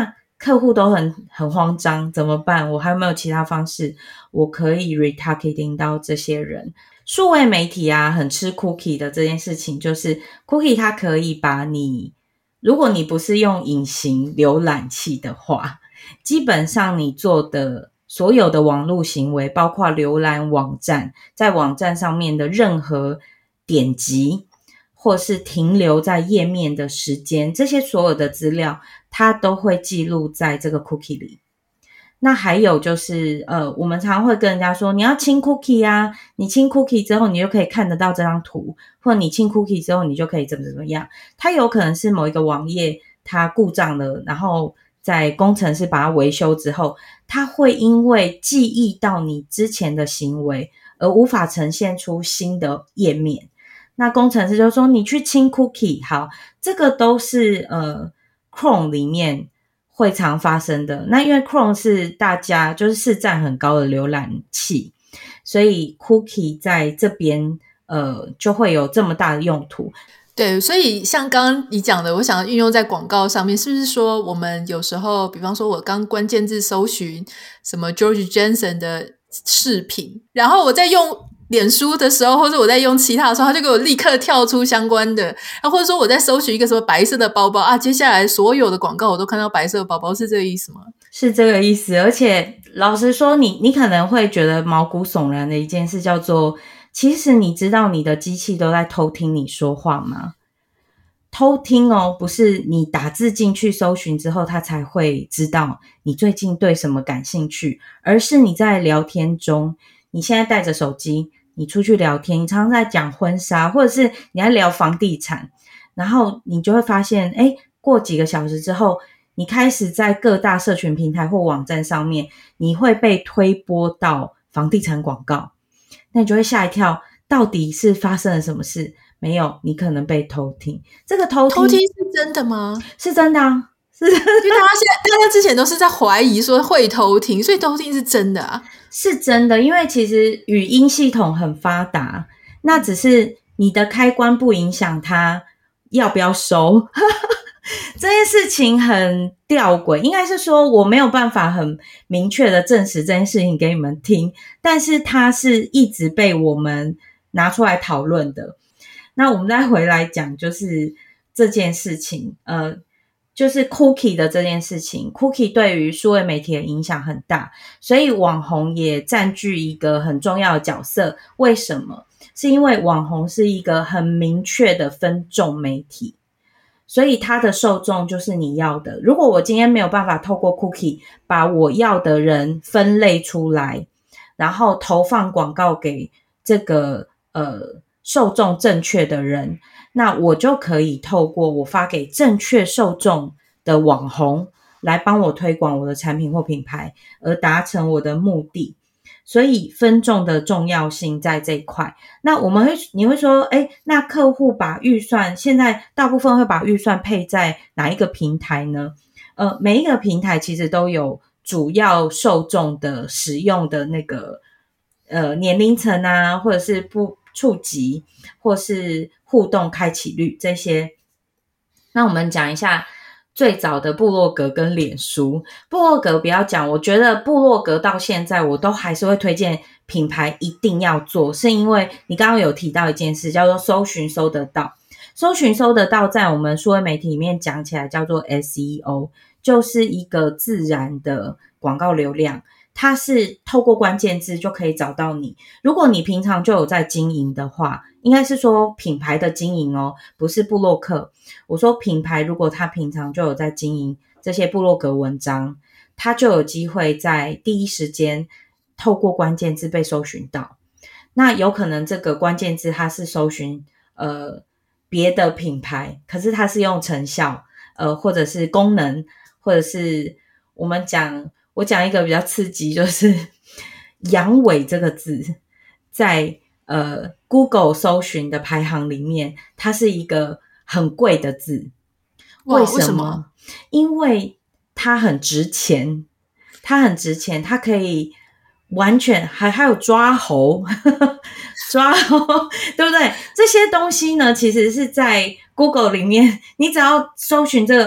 客户都很很慌张，怎么办？我还有没有其他方式我可以 retargeting 到这些人？数位媒体啊，很吃 cookie 的这件事情，就是 cookie 它可以把你，如果你不是用隐形浏览器的话，基本上你做的所有的网络行为，包括浏览网站，在网站上面的任何点击或是停留在页面的时间，这些所有的资料它都会记录在这个 cookie 里。那还有就是呃，我们常常会跟人家说你要清 cookie 啊，你清 cookie 之后你就可以看得到这张图，或者你清 cookie 之后你就可以怎么怎么样。它有可能是某一个网页它故障了，然后在工程师把它维修之后，它会因为记忆到你之前的行为而无法呈现出新的页面。那工程师就说你去清 cookie。 好，这个都是呃 Chrome 里面会常发生的。那因为 Chrome 是大家就是市占很高的浏览器，所以 cookie 在这边呃就会有这么大的用途。 对，所以像刚刚你讲的，我想要运用在广告上面，是不是说我们有时候比方说我刚关键字搜寻什么 George Jensen 的视频，然后我在用脸书的时候，或者我在用其他的时候，他就给我立刻跳出相关的，或者说我在搜寻一个什么白色的包包啊，接下来所有的广告我都看到白色的包包，是这个意思吗？ 是这个意思。而且老实说，你你可能会觉得毛骨悚然的一件事叫做，其实你知道你的机器都在偷听你说话吗？偷听哦，不是你打字进去搜寻之后它才会知道你最近对什么感兴趣，而是你在聊天中，你现在带着手机，你出去聊天，你常常在讲婚纱，或者是你在聊房地产，然后你就会发现诶，过几个小时之后，你开始在各大社群平台或网站上面，你会被推播到房地产广告，那你就会吓一跳，到底是发生了什么事？没有，你可能被偷听。这个偷听偷听是真的吗？ 是真的啊，是真的。 因为大家现在大家之前都是在怀疑说会偷听，所以偷听是真的啊， 是真的。因为其实语音系统很发达，那只是你的开关不影响它要不要收。这件事情很吊诡，应该是说我没有办法很明确的证实这件事情给你们听，但是它是一直被我们拿出来讨论的。那我们再回来讲就是这件事情，呃，就是 cookie 的这件事情， cookie 对于数位媒体的影响很大，所以网红也占据一个很重要的角色。为什么？是因为网红是一个很明确的分众媒体，所以它的受众就是你要的。如果我今天没有办法透过 cookie 把我要的人分类出来，然后投放广告给这个呃受众正确的人，那我就可以透过我发给正确受众的网红来帮我推广我的产品或品牌，而达成我的目的。所以分众的重要性在这一块。那我们会你会说诶，那客户把预算现在大部分会把预算配在哪一个平台呢？呃，每一个平台其实都有主要受众的使用的那个呃年龄层啊，或者是不触及或是互动开启率这些。那我们讲一下最早的部落格跟脸书。部落格不要讲，我觉得部落格到现在我都还是会推荐品牌一定要做，是因为你刚刚有提到一件事叫做搜寻搜得到。搜寻搜得到在我们数位媒体里面讲起来叫做 S E O， 就是一个自然的广告流量，它是透过关键字就可以找到你。如果你平常就有在经营的话，应该是说品牌的经营哦，不是部落客。我说品牌如果他平常就有在经营这些部落格文章，他就有机会在第一时间透过关键字被搜寻到。那有可能这个关键字它是搜寻呃别的品牌，可是它是用成效呃或者是功能，或者是我们讲我讲一个比较刺激，就是阳痿这个字在呃 Google 搜寻的排行里面，它是一个很贵的字。为什么？ 为什么？ 因为它很值钱，它很值钱，它可以完全还还有抓猴抓猴，对不对？这些东西呢，其实是在 Google 里面，你只要搜寻这个哦，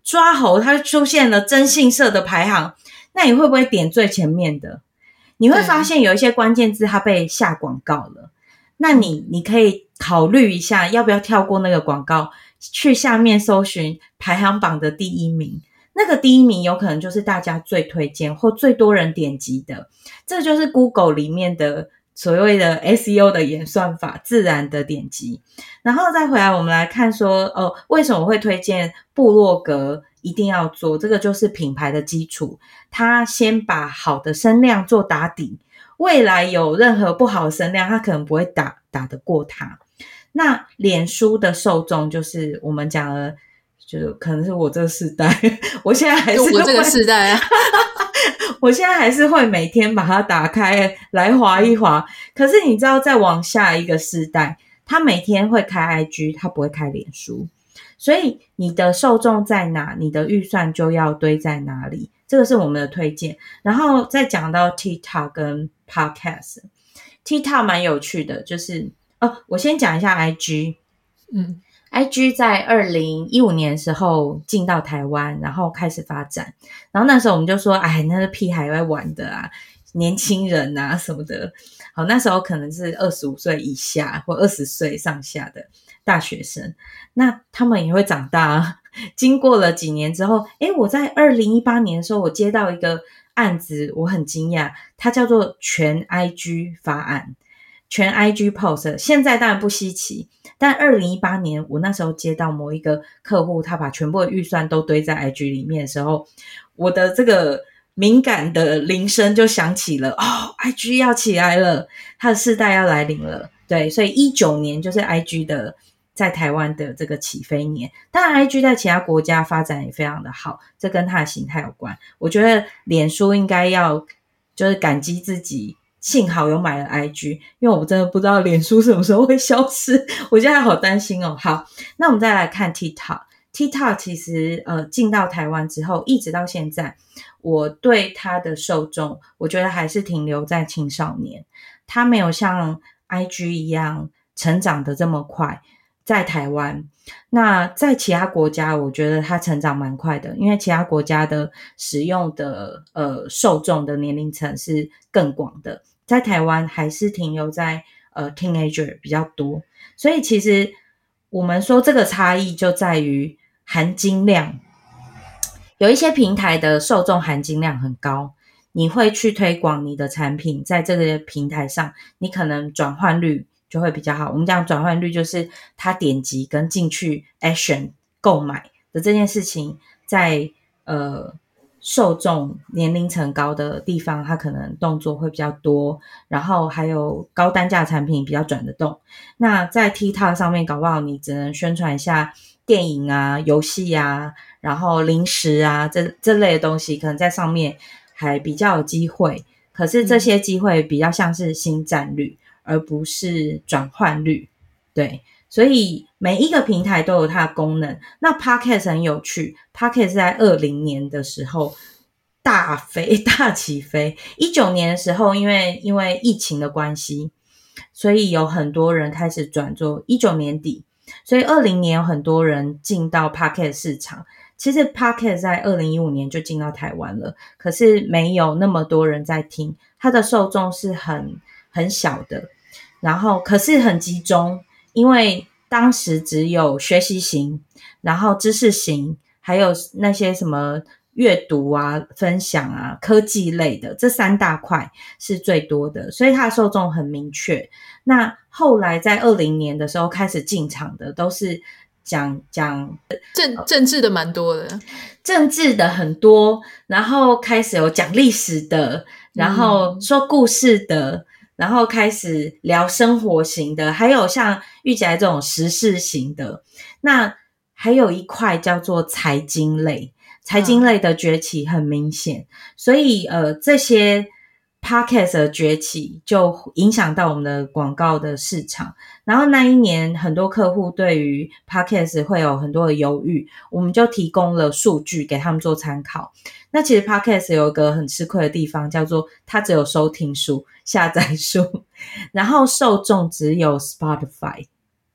抓猴它出现了征信社的排行，那你会不会点最前面的？你会发现有一些关键字它被下广告了，那你你可以考虑一下要不要跳过那个广告，去下面搜寻排行榜的第一名，那个第一名有可能就是大家最推荐或最多人点击的，这就是 Google 里面的所谓的 S E O 的演算法，自然的点击。然后再回来我们来看说哦，为什么会推荐部落格一定要做，这个就是品牌的基础，它先把好的声量做打底，未来有任何不好的声量它可能不会打打得过它。那脸书的受众就是我们讲的，就是可能是我这个世代，我现在还是我这个世代啊我现在还是会每天把它打开来滑一滑，可是你知道再往下一个世代，他每天会开 I G， 他不会开脸书，所以你的受众在哪，你的预算就要堆在哪里，这个是我们的推荐。然后再讲到 TikTok 跟 Podcast， TikTok 蛮有趣的，就是哦，我先讲一下 I G。 嗯，I G 在二零一五年的时候进到台湾，然后开始发展，然后那时候我们就说哎，那是屁孩会玩的啊，年轻人啊什么的。好，那时候可能是二十五岁以下或二十岁上下的大学生，那他们也会长大啊。经过了几年之后，诶，我在二零一八年的时候我接到一个案子，我很惊讶，它叫做全 I G 法案，全 I G post， 现在当然不稀奇，但二零一八年我那时候接到某一个客户，他把全部的预算都堆在 I G 里面的时候，我的这个敏感的铃声就响起了，哦 I G 要起来了，它的世代要来临了。对，所以一九年就是 I G 的在台湾的这个起飞年。当然 I G 在其他国家发展也非常的好，这跟它的形态有关。我觉得脸书应该要就是感激自己幸好有买了 I G， 因为我真的不知道脸书什么时候会消失，我现在好担心哦。好，那我们再来看 TikTok。 TikTok 其实呃进到台湾之后一直到现在，我对它的受众我觉得还是停留在青少年，它没有像 I G 一样成长的这么快，在台湾。那在其他国家我觉得它成长蛮快的，因为其他国家的使用的呃受众的年龄层是更广的，在台湾还是停留在呃 teenager 比较多。所以其实我们说这个差异就在于含金量，有一些平台的受众含金量很高，你会去推广你的产品，在这个平台上你可能转换率就会比较好。我们讲转换率就是他点击跟进去 action 购买的这件事情，在呃受众年龄层高的地方，他可能动作会比较多，然后还有高单价产品比较转得动。那在 TikTok 上面搞不好你只能宣传一下电影啊、游戏啊，然后零食啊，这这类的东西可能在上面还比较有机会，可是这些机会比较像是新战率，而不是转换率。对，所以每一个平台都有它的功能。那 Podcast 很有趣， Podcast 在二零年的时候大飞大起飞，一九年的时候因为因为疫情的关系，所以有很多人开始转做，一九年底，所以二零年有很多人进到 Podcast 市场。其实 Podcast 在二零一五年就进到台湾了，可是没有那么多人在听，它的受众是很很小的，然后可是很集中，因为当时只有学习型，然后知识型，还有那些什么阅读啊、分享啊、科技类的，这三大块是最多的，所以它的受众很明确。那后来在二零年的时候开始进场的都是讲讲政政治的蛮多的， 政治的很多，然后开始有讲历史的，然后说故事的、嗯、然后开始聊生活型的，还有像玉姐这种时事型的。那还有一块叫做财经类，财经类的崛起很明显、嗯、所以呃这些 Podcast 的崛起就影响到我们的广告的市场。然后那一年很多客户对于 Podcast 会有很多的犹豫，我们就提供了数据给他们做参考。那其实 Podcast 有一个很吃亏的地方，叫做它只有收听数、下载数，然后受众只有 Spotify。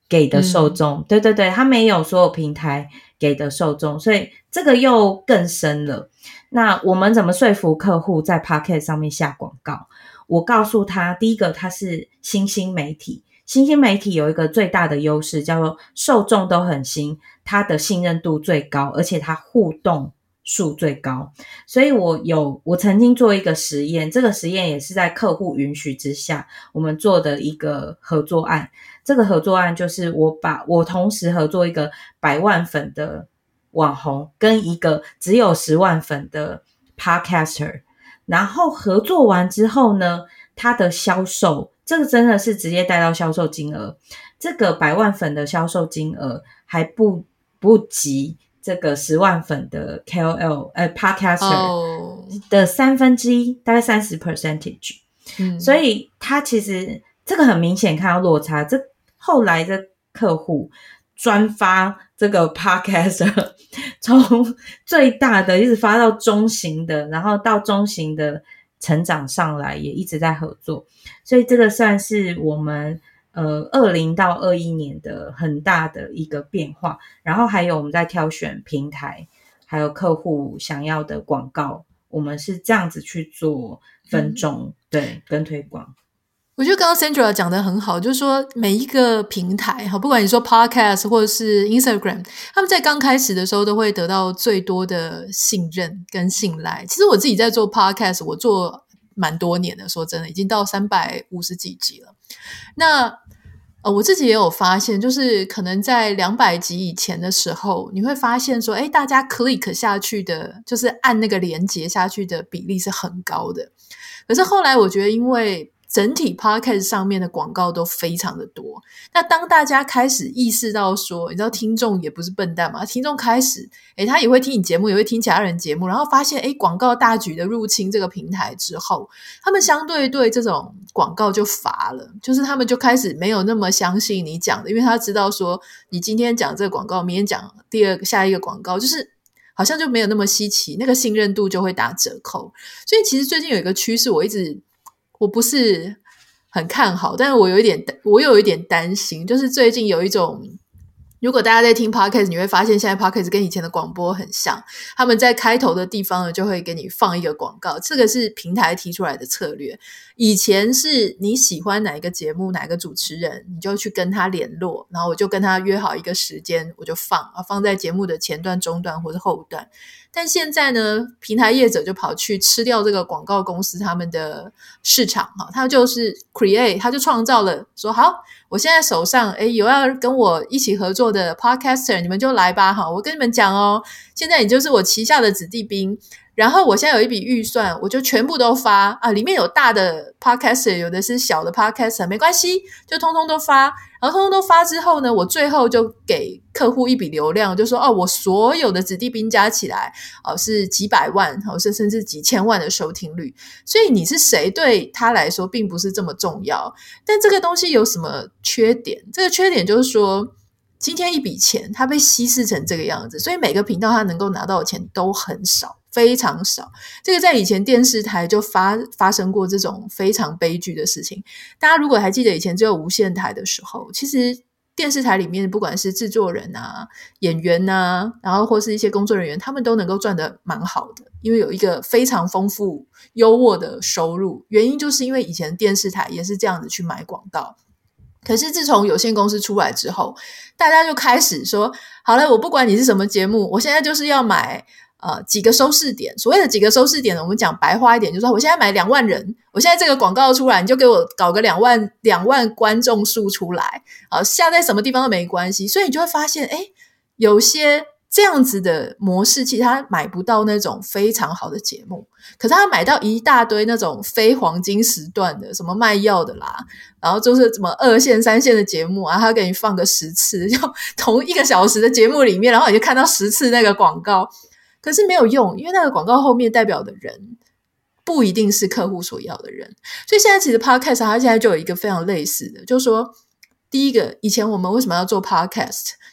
给的受众、嗯、对对对，它没有所有平台给的受众，所以这个又更深了。那我们怎么说服客户在 Podcast 上面下广告？我告诉他，第一个，它是新兴媒体，新兴媒体有一个最大的优势叫做受众都很新，它的信任度最高，而且它互动数最高。所以我有我曾经做一个实验，这个实验也是在客户允许之下我们做的一个合作案。这个合作案就是我把我同时合作一个百万粉的网红跟一个只有十万粉的 podcaster， 然后合作完之后呢，他的销售，这个真的是直接带到销售金额，这个百万粉的销售金额还不不及这个十万粉的 K O L 呃 podcaster 的三分之一，大概 百分之三十 嗯，所以他其实这个很明显看到落差。这后来的客户专发这个 podcaster 从最大的一直发到中型的，然后到中型的成长上来，也一直在合作。所以这个算是我们呃二零到二一年的很大的一个变化。然后还有我们在挑选平台还有客户想要的广告，我们是这样子去做分众、嗯、对，跟推广。 我觉得刚刚 Sandra 讲得很好，就是说每一个平台，不管你说 Podcast 或者是 Instagram， 他们在刚开始的时候都会得到最多的信任跟信赖。其实我自己在做 Podcast， 我做蛮多年的，说真的已经到三百五十几集了。那呃，我自己也有发现，就是可能在两百集以前的时候，你会发现说，诶，大家 click 下去的，就是按那个连结下去的比例是很高的。可是后来我觉得因为整体 podcast 上面的广告都非常的多，那当大家开始意识到说，你知道听众也不是笨蛋嘛，听众开始诶他也会听你节目，也会听其他人节目，然后发现诶广告大举的入侵这个平台之后，他们相对对这种广告就乏了，就是他们就开始没有那么相信你讲的，因为他知道说你今天讲这个广告，明天讲第二个下一个广告，就是好像就没有那么稀奇，那个信任度就会打折扣。所以其实最近有一个趋势，我一直我不是很看好，但是我有一点我有一点担心，就是最近有一种，如果大家在听 podcast， 你会发现现在 podcast 跟以前的广播很像，他们在开头的地方呢就会给你放一个广告，这个是平台提出来的策略。以前是你喜欢哪一个节目哪一个主持人，你就去跟他联络，然后我就跟他约好一个时间，我就放放在节目的前段中段或是后段。但现在呢，平台业者就跑去吃掉这个广告公司他们的市场，他就是 create， 他就创造了说好，我现在手上诶有要跟我一起合作的 podcaster， 你们就来吧，我跟你们讲哦，现在你就是我旗下的子弟兵，然后我现在有一笔预算，我就全部都发啊，里面有大的 podcaster， 有的是小的 podcaster， 没关系，就通通都发。然后通通都发之后呢，我最后就给客户一笔流量，就说哦，我所有的子弟兵加起来哦是几百万，或是甚至几千万的收听率。所以你是谁对他来说并不是这么重要。但这个东西有什么缺点？这个缺点就是说，今天一笔钱它被稀释成这个样子，所以每个频道它能够拿到的钱都很少，非常少。这个在以前电视台就发发生过这种非常悲剧的事情。大家如果还记得以前只有无线台的时候，其实电视台里面不管是制作人啊、演员啊，然后或是一些工作人员，他们都能够赚得蛮好的，因为有一个非常丰富优渥的收入。原因就是因为以前电视台也是这样子去买广告。可是自从有线公司出来之后，大家就开始说好了，我不管你是什么节目，我现在就是要买呃几个收视点。所谓的几个收视点呢，我们讲白话一点，就是说我现在买两万人，我现在这个广告出来，你就给我搞个两万两万观众数出来，啊，下在什么地方都没关系。所以你就会发现，诶，有些这样子的模式，其实他买不到那种非常好的节目，可是他买到一大堆那种非黄金时段的，什么卖药的啦，然后就是什么二线三线的节目啊，他给你放个十次，就同一个小时的节目里面，然后你就看到十次那个广告，可是没有用，因为那个广告后面代表的人不一定是客户所要的人。所以现在其实 podcast 它现在就有一个非常类似的，就是说第一个，以前我们为什么要做 podcast，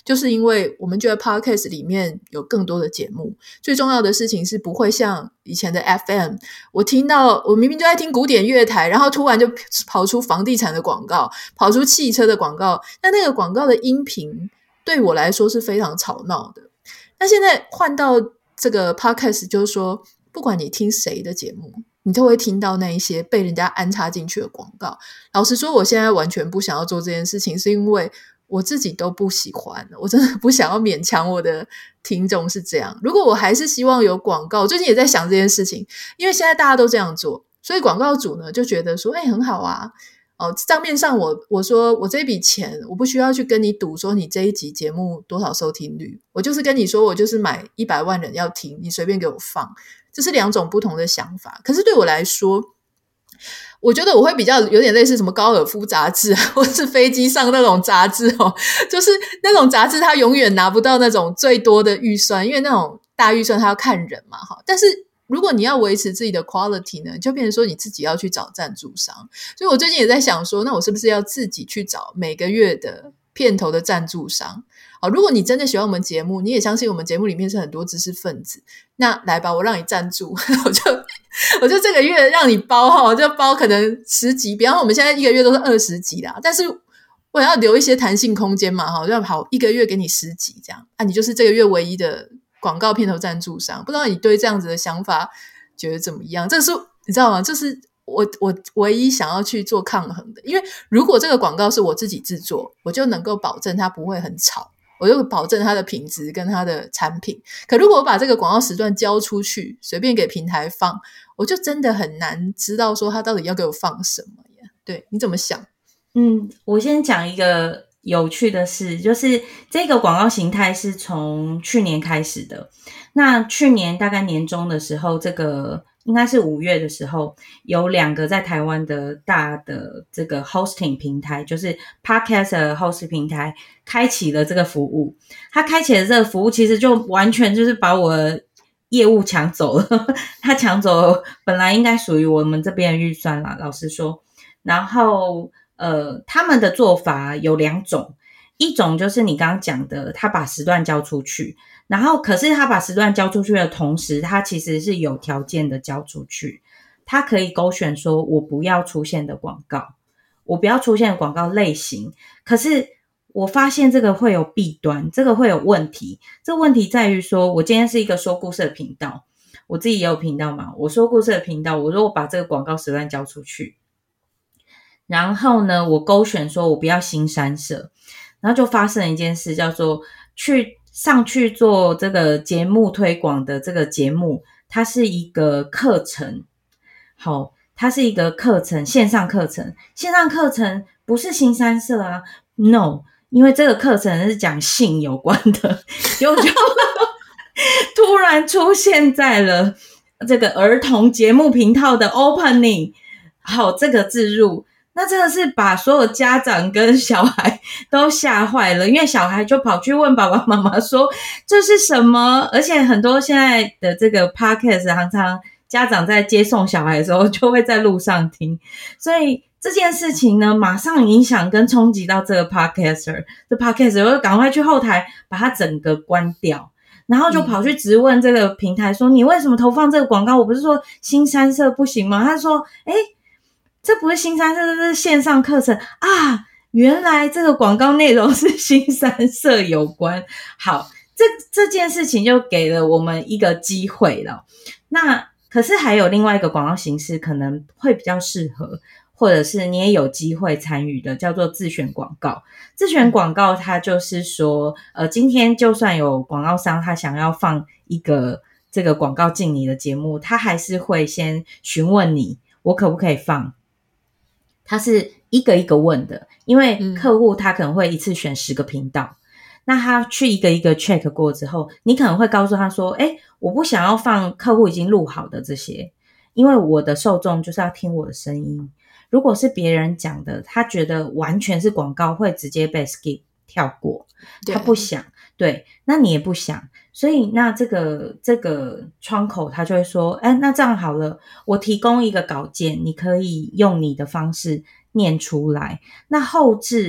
就是因为我们觉得 podcast 里面有更多的节目，最重要的事情是不会像以前的 F M， 我听到我明明就在听古典乐台，然后突然就跑出房地产的广告，跑出汽车的广告，那那个广告的音频对我来说是非常吵闹的。那现在换到这个 podcast， 就是说不管你听谁的节目，你都会听到那一些被人家安插进去的广告。老实说，我现在完全不想要做这件事情，是因为我自己都不喜欢，我真的不想要勉强我的听众是这样。如果我还是希望有广告，我最近也在想这件事情，因为现在大家都这样做，所以广告主呢就觉得说，哎、欸，很好啊。哦，账面上我我说我这笔钱我不需要去跟你赌说你这一集节目多少收听率，我就是跟你说我就是买一百万人要听，你随便给我放，这是两种不同的想法。可是对我来说，我觉得我会比较有点类似什么高尔夫杂志或是飞机上那种杂志哦，就是那种杂志它永远拿不到那种最多的预算，因为那种大预算它要看人嘛，但是如果你要维持自己的 quality 呢，就变成说你自己要去找赞助商。所以我最近也在想说，那我是不是要自己去找每个月的片头的赞助商。好，如果你真的喜欢我们节目，你也相信我们节目里面是很多知识分子，那来吧，我让你赞助我就我就这个月让你包我就包可能十集，比方说我们现在一个月都是二十集啦，但是我要留一些弹性空间嘛，就好一个月给你十集这样啊，你就是这个月唯一的广告片头赞助商。不知道你对这样子的想法觉得怎么样？这是你知道吗？这是我我唯一想要去做抗衡的，因为如果这个广告是我自己制作，我就能够保证它不会很吵，我就保证它的品质跟它的产品。可如果我把这个广告时段交出去，随便给平台放，我就真的很难知道说它到底要给我放什么呀。对，你怎么想？ 嗯，我先讲一个有趣的事，就是这个广告形态是从去年开始的。那去年大概年中的时候，这个应该是五月的时候，有两个在台湾的大的这个 hosting 平台，就是 podcast 的 host 平台开启了这个服务。他开启了这个服务，其实就完全就是把我的业务抢走了他抢走了本来应该属于我们这边的预算啦，老实说。然后呃，他们的做法有两种，一种就是你刚刚讲的，他把时段交出去，然后可是他把时段交出去的同时，他其实是有条件的交出去，他可以勾选说我不要出现的广告，我不要出现的广告类型。可是我发现这个会有弊端，这个会有问题。这个问题在于说，我今天是一个说故事的频道，我自己也有频道嘛，我说故事的频道，我说我把这个广告时段交出去，然后呢我勾选说我不要新三色，然后就发生了一件事，叫做去上去做这个节目推广的这个节目，它是一个课程。好，它是一个课程，线上课程，线上课程不是新三色啊 No， 因为这个课程是讲性有关的，就就突然出现在了这个儿童节目频道的 opening。 好，这个置入，那真的是把所有家长跟小孩都吓坏了，因为小孩就跑去问爸爸妈妈说这是什么。而且很多现在的这个 podcast 常常家长在接送小孩的时候就会在路上听，所以这件事情呢马上影响跟冲击到这个 podcaster， 这 podcaster 就赶快去后台把它整个关掉，然后就跑去质问这个平台说、嗯、你为什么投放这个广告？我不是说新三色不行吗？他说诶这不是新三色，这是线上课程啊！原来这个广告内容是新三色有关。好，这这件事情就给了我们一个机会了。那可是还有另外一个广告形式可能会比较适合，或者是你也有机会参与的，叫做自选广告。自选广告它就是说呃，今天就算有广告商他想要放一个这个广告进你的节目，他还是会先询问你我可不可以放，他是一个一个问的，因为客户他可能会一次选十个频道、嗯、那他去一个一个 check 过之后，你可能会告诉他说诶我不想要放客户已经录好的这些，因为我的受众就是要听我的声音，如果是别人讲的他觉得完全是广告会直接被 skip 跳过，他不想，对，那你也不想，所以那这个这个窗口他就会说诶那这样好了，我提供一个稿件，你可以用你的方式念出来，那后制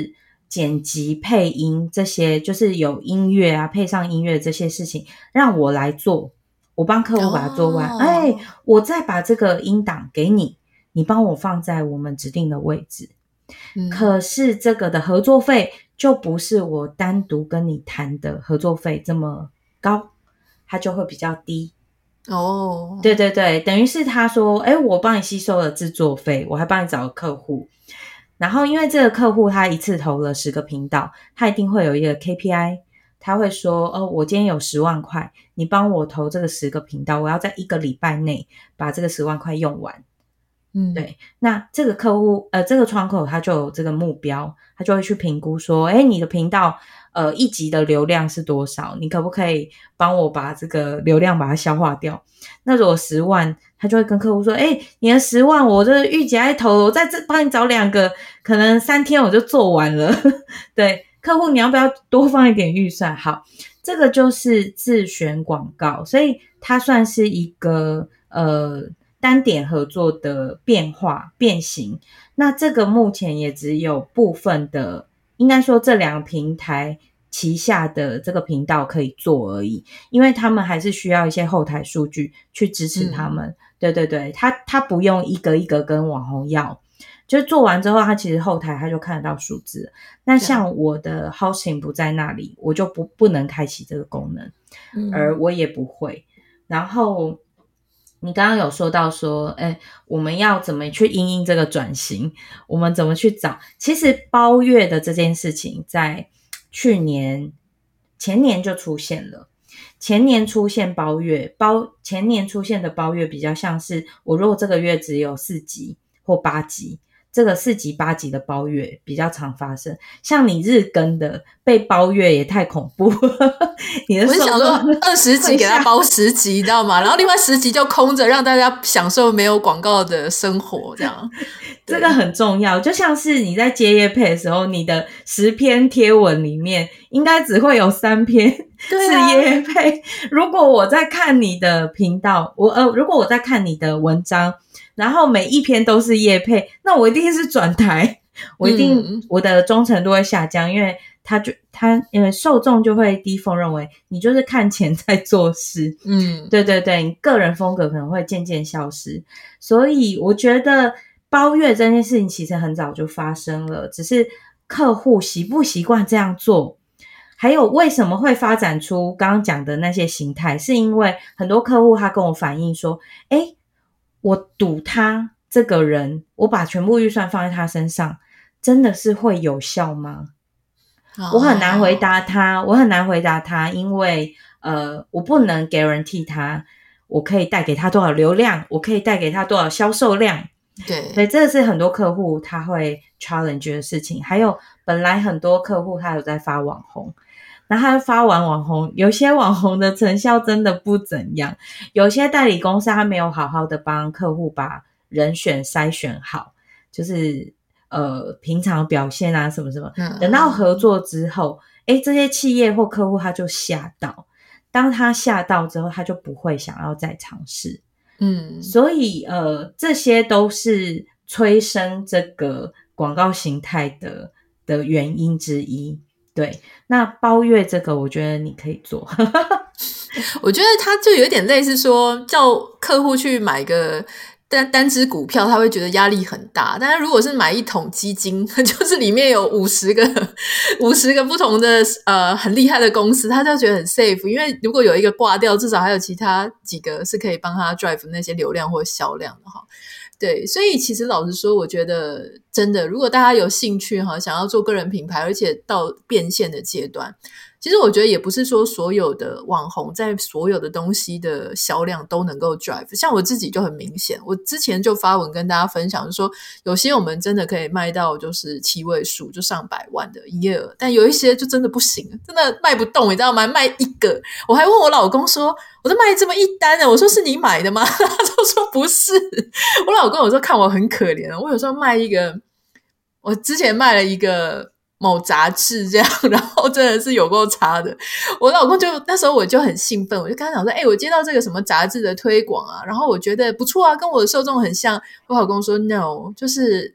剪辑配音这些，就是有音乐啊配上音乐这些事情让我来做，我帮客户把它做完，哎、 哦， 我再把这个音档给你，你帮我放在我们指定的位置。 嗯， 可是这个的合作费就不是我单独跟你谈的合作费这么高，它就会比较低。 哦， 对对对，等于是他说，哎，我帮你吸收了制作费，我还帮你找了客户，然后因为这个客户他一次投了十个频道，他一定会有一个 K P I， 他会说，哦，我今天有十万块，你帮我投这个十个频道，我要在一个礼拜内把这个十万块用完。 嗯， 对，那这个客户呃，这个窗口他就有这个目标，他就会去评估说，哎，你的频道呃一集的流量是多少？你可不可以帮我把这个流量把它消化掉？那如果十万，他就会跟客户说，哎，你的十万我这预计爱投，我在这帮你找两个，可能三天我就做完了。对，客户你要不要多放一点预算？好，这个就是自选广告，所以它算是一个呃。单点合作的变化变形，那这个目前也只有部分的，应该说这两个平台旗下的这个频道可以做而已，因为他们还是需要一些后台数据去支持他们。嗯、对对对，他他不用一个一个跟网红要，就做完之后，他其实后台他就看得到数字。那像我的 hosting 不在那里，我就不不能开启这个功能，嗯、而我也不会。然后你刚刚有说到说，哎，我们要怎么去因应这个转型？我们怎么去找？其实包月的这件事情，在去年、前年就出现了。前年出现包月，包前年出现的包月比较像是，我如果这个月只有四集或八集，这个四集八集的包月比较常发生。像你日更的被包月也太恐怖。你的我是想说二十集给他包十集，你知道吗？然后另外十集就空着，让大家享受没有广告的生活，这样。 这个很重要，就像是你在接业配的时候，你的十篇贴文里面应该只会有三篇是业配。啊、如果我在看你的频道，我呃，如果我在看你的文章，然后每一篇都是业配，那我一定是转台，我一定、嗯、我的忠诚度会下降，因为他就他因为受众就会低风认为你就是看钱在做事。嗯，对对对，你个人风格可能会渐渐消失，所以我觉得包月这件事情其实很早就发生了，只是客户习不习惯这样做，还有为什么会发展出刚刚讲的那些形态，是因为很多客户他跟我反映说，诶，我赌他这个人，我把全部预算放在他身上，真的是会有效吗？哦、我很难回答他，我很难回答他，因为呃，我不能 guarantee 他我可以带给他多少流量，我可以带给他多少销售量。对，所以这是很多客户他会 challenge 的事情。还有本来很多客户他有在发网红，那他发完网红，有些网红的成效真的不怎样，有些代理公司他没有好好的帮客户把人选筛选好，就是呃平常表现啊什么什么，嗯、等到合作之后，诶这些企业或客户他就吓到，当他吓到之后，他就不会想要再尝试。嗯，所以呃，这些都是催生这个广告形态的的原因之一。对，那包月这个，我觉得你可以做。 我觉得它就有点类似说，叫客户去买个单单只股票，他会觉得压力很大。但是如果是买一桶基金，就是里面有五十个五十个不同的呃很厉害的公司，他就觉得很 safe。因为如果有一个挂掉，至少还有其他几个是可以帮他 drive 那些流量或销量的哈。对，所以其实老实说，我觉得真的，如果大家有兴趣哈，想要做个人品牌，而且到变现的阶段，其实我觉得也不是说所有的网红在所有的东西的销量都能够 drive。像我自己就很明显，我之前就发文跟大家分享说，有些我们真的可以卖到就是七位数，就上百万的营业额，但有一些就真的不行，真的卖不动，你知道吗？卖一个，我还问我老公说，我都卖这么一单了，我说是你买的吗？他就说不是。我老公有时候看我很可怜，我有时候卖一个，我之前卖了一个某杂志这样，然后真的是有够差的。我老公就那时候我就很兴奋，我就跟他讲说，哎、欸，我接到这个什么杂志的推广啊，然后我觉得不错啊，跟我的受众很像。我老公说 no， 就是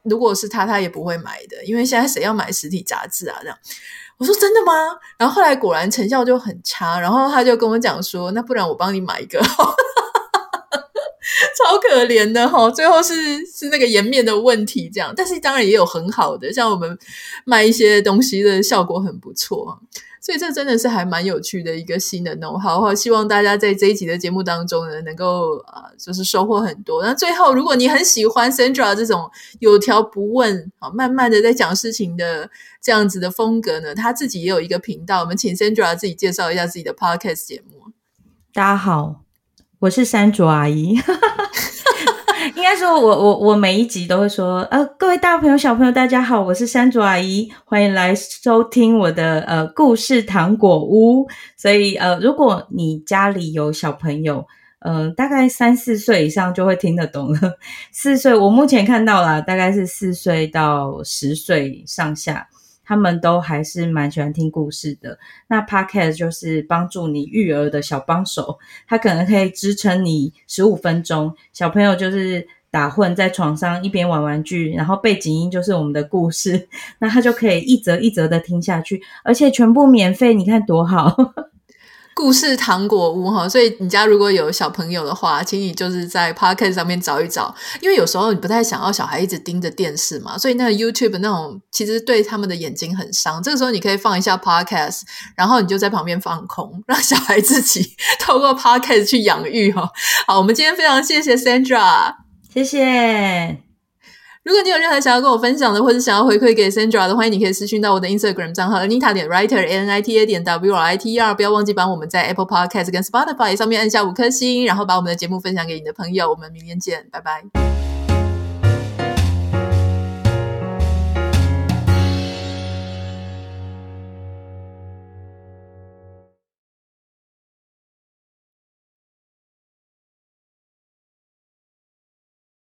如果是他他也不会买的，因为现在谁要买实体杂志啊这样。我说真的吗？然后后来果然成效就很差，然后他就跟我讲说那不然我帮你买一个超可怜的齁，最后是是那个颜面的问题这样，但是当然也有很好的，像我们卖一些东西的效果很不错，所以这真的是还蛮有趣的一个新的 know-how， 希望大家在这一集的节目当中呢能够呃就是收获很多。那最后如果你很喜欢 Sandra 这种有条不紊慢慢的在讲事情的这样子的风格呢，他自己也有一个频道，我们请 Sandra 自己介绍一下自己的 podcast 节目。 大家好，我是珊卓阿姨应该说我我我每一集都会说呃，各位大朋友小朋友大家好，我是珊卓阿姨，欢迎来收听我的呃故事糖果屋。所以呃，如果你家里有小朋友嗯、呃，大概三四岁以上就会听得懂了。四岁我目前看到啦，大概是四岁到十岁上下，他们都还是蛮喜欢听故事的。那 Podcast 就是帮助你育儿的小帮手，它可能可以支撑你十五分钟，小朋友就是打混在床上一边玩玩具，然后背景音就是我们的故事，那他就可以一则一则的听下去，而且全部免费，你看多好故事糖果屋哈，所以你家如果有小朋友的话，请你就是在 Podcast 上面找一找，因为有时候你不太想要小孩一直盯着电视嘛，所以那个 YouTube 那种其实对他们的眼睛很伤，这个时候你可以放一下 Podcast， 然后你就在旁边放空，让小孩自己透过 Podcast 去养育哈。好，我们今天非常谢谢 Sandra， 谢谢。 如果你有任何想要跟我分享的，或者想要回馈给 Sandra 的，欢迎你可以私讯到我的 Instagram 账号 Anita 点 Writer A N I T A 点 W R I T E R， 不要忘记帮我们在 Apple Podcast 跟 Spotify 上面按下五颗星，然后把我们的节目分享给你的朋友。我们明天见，拜拜。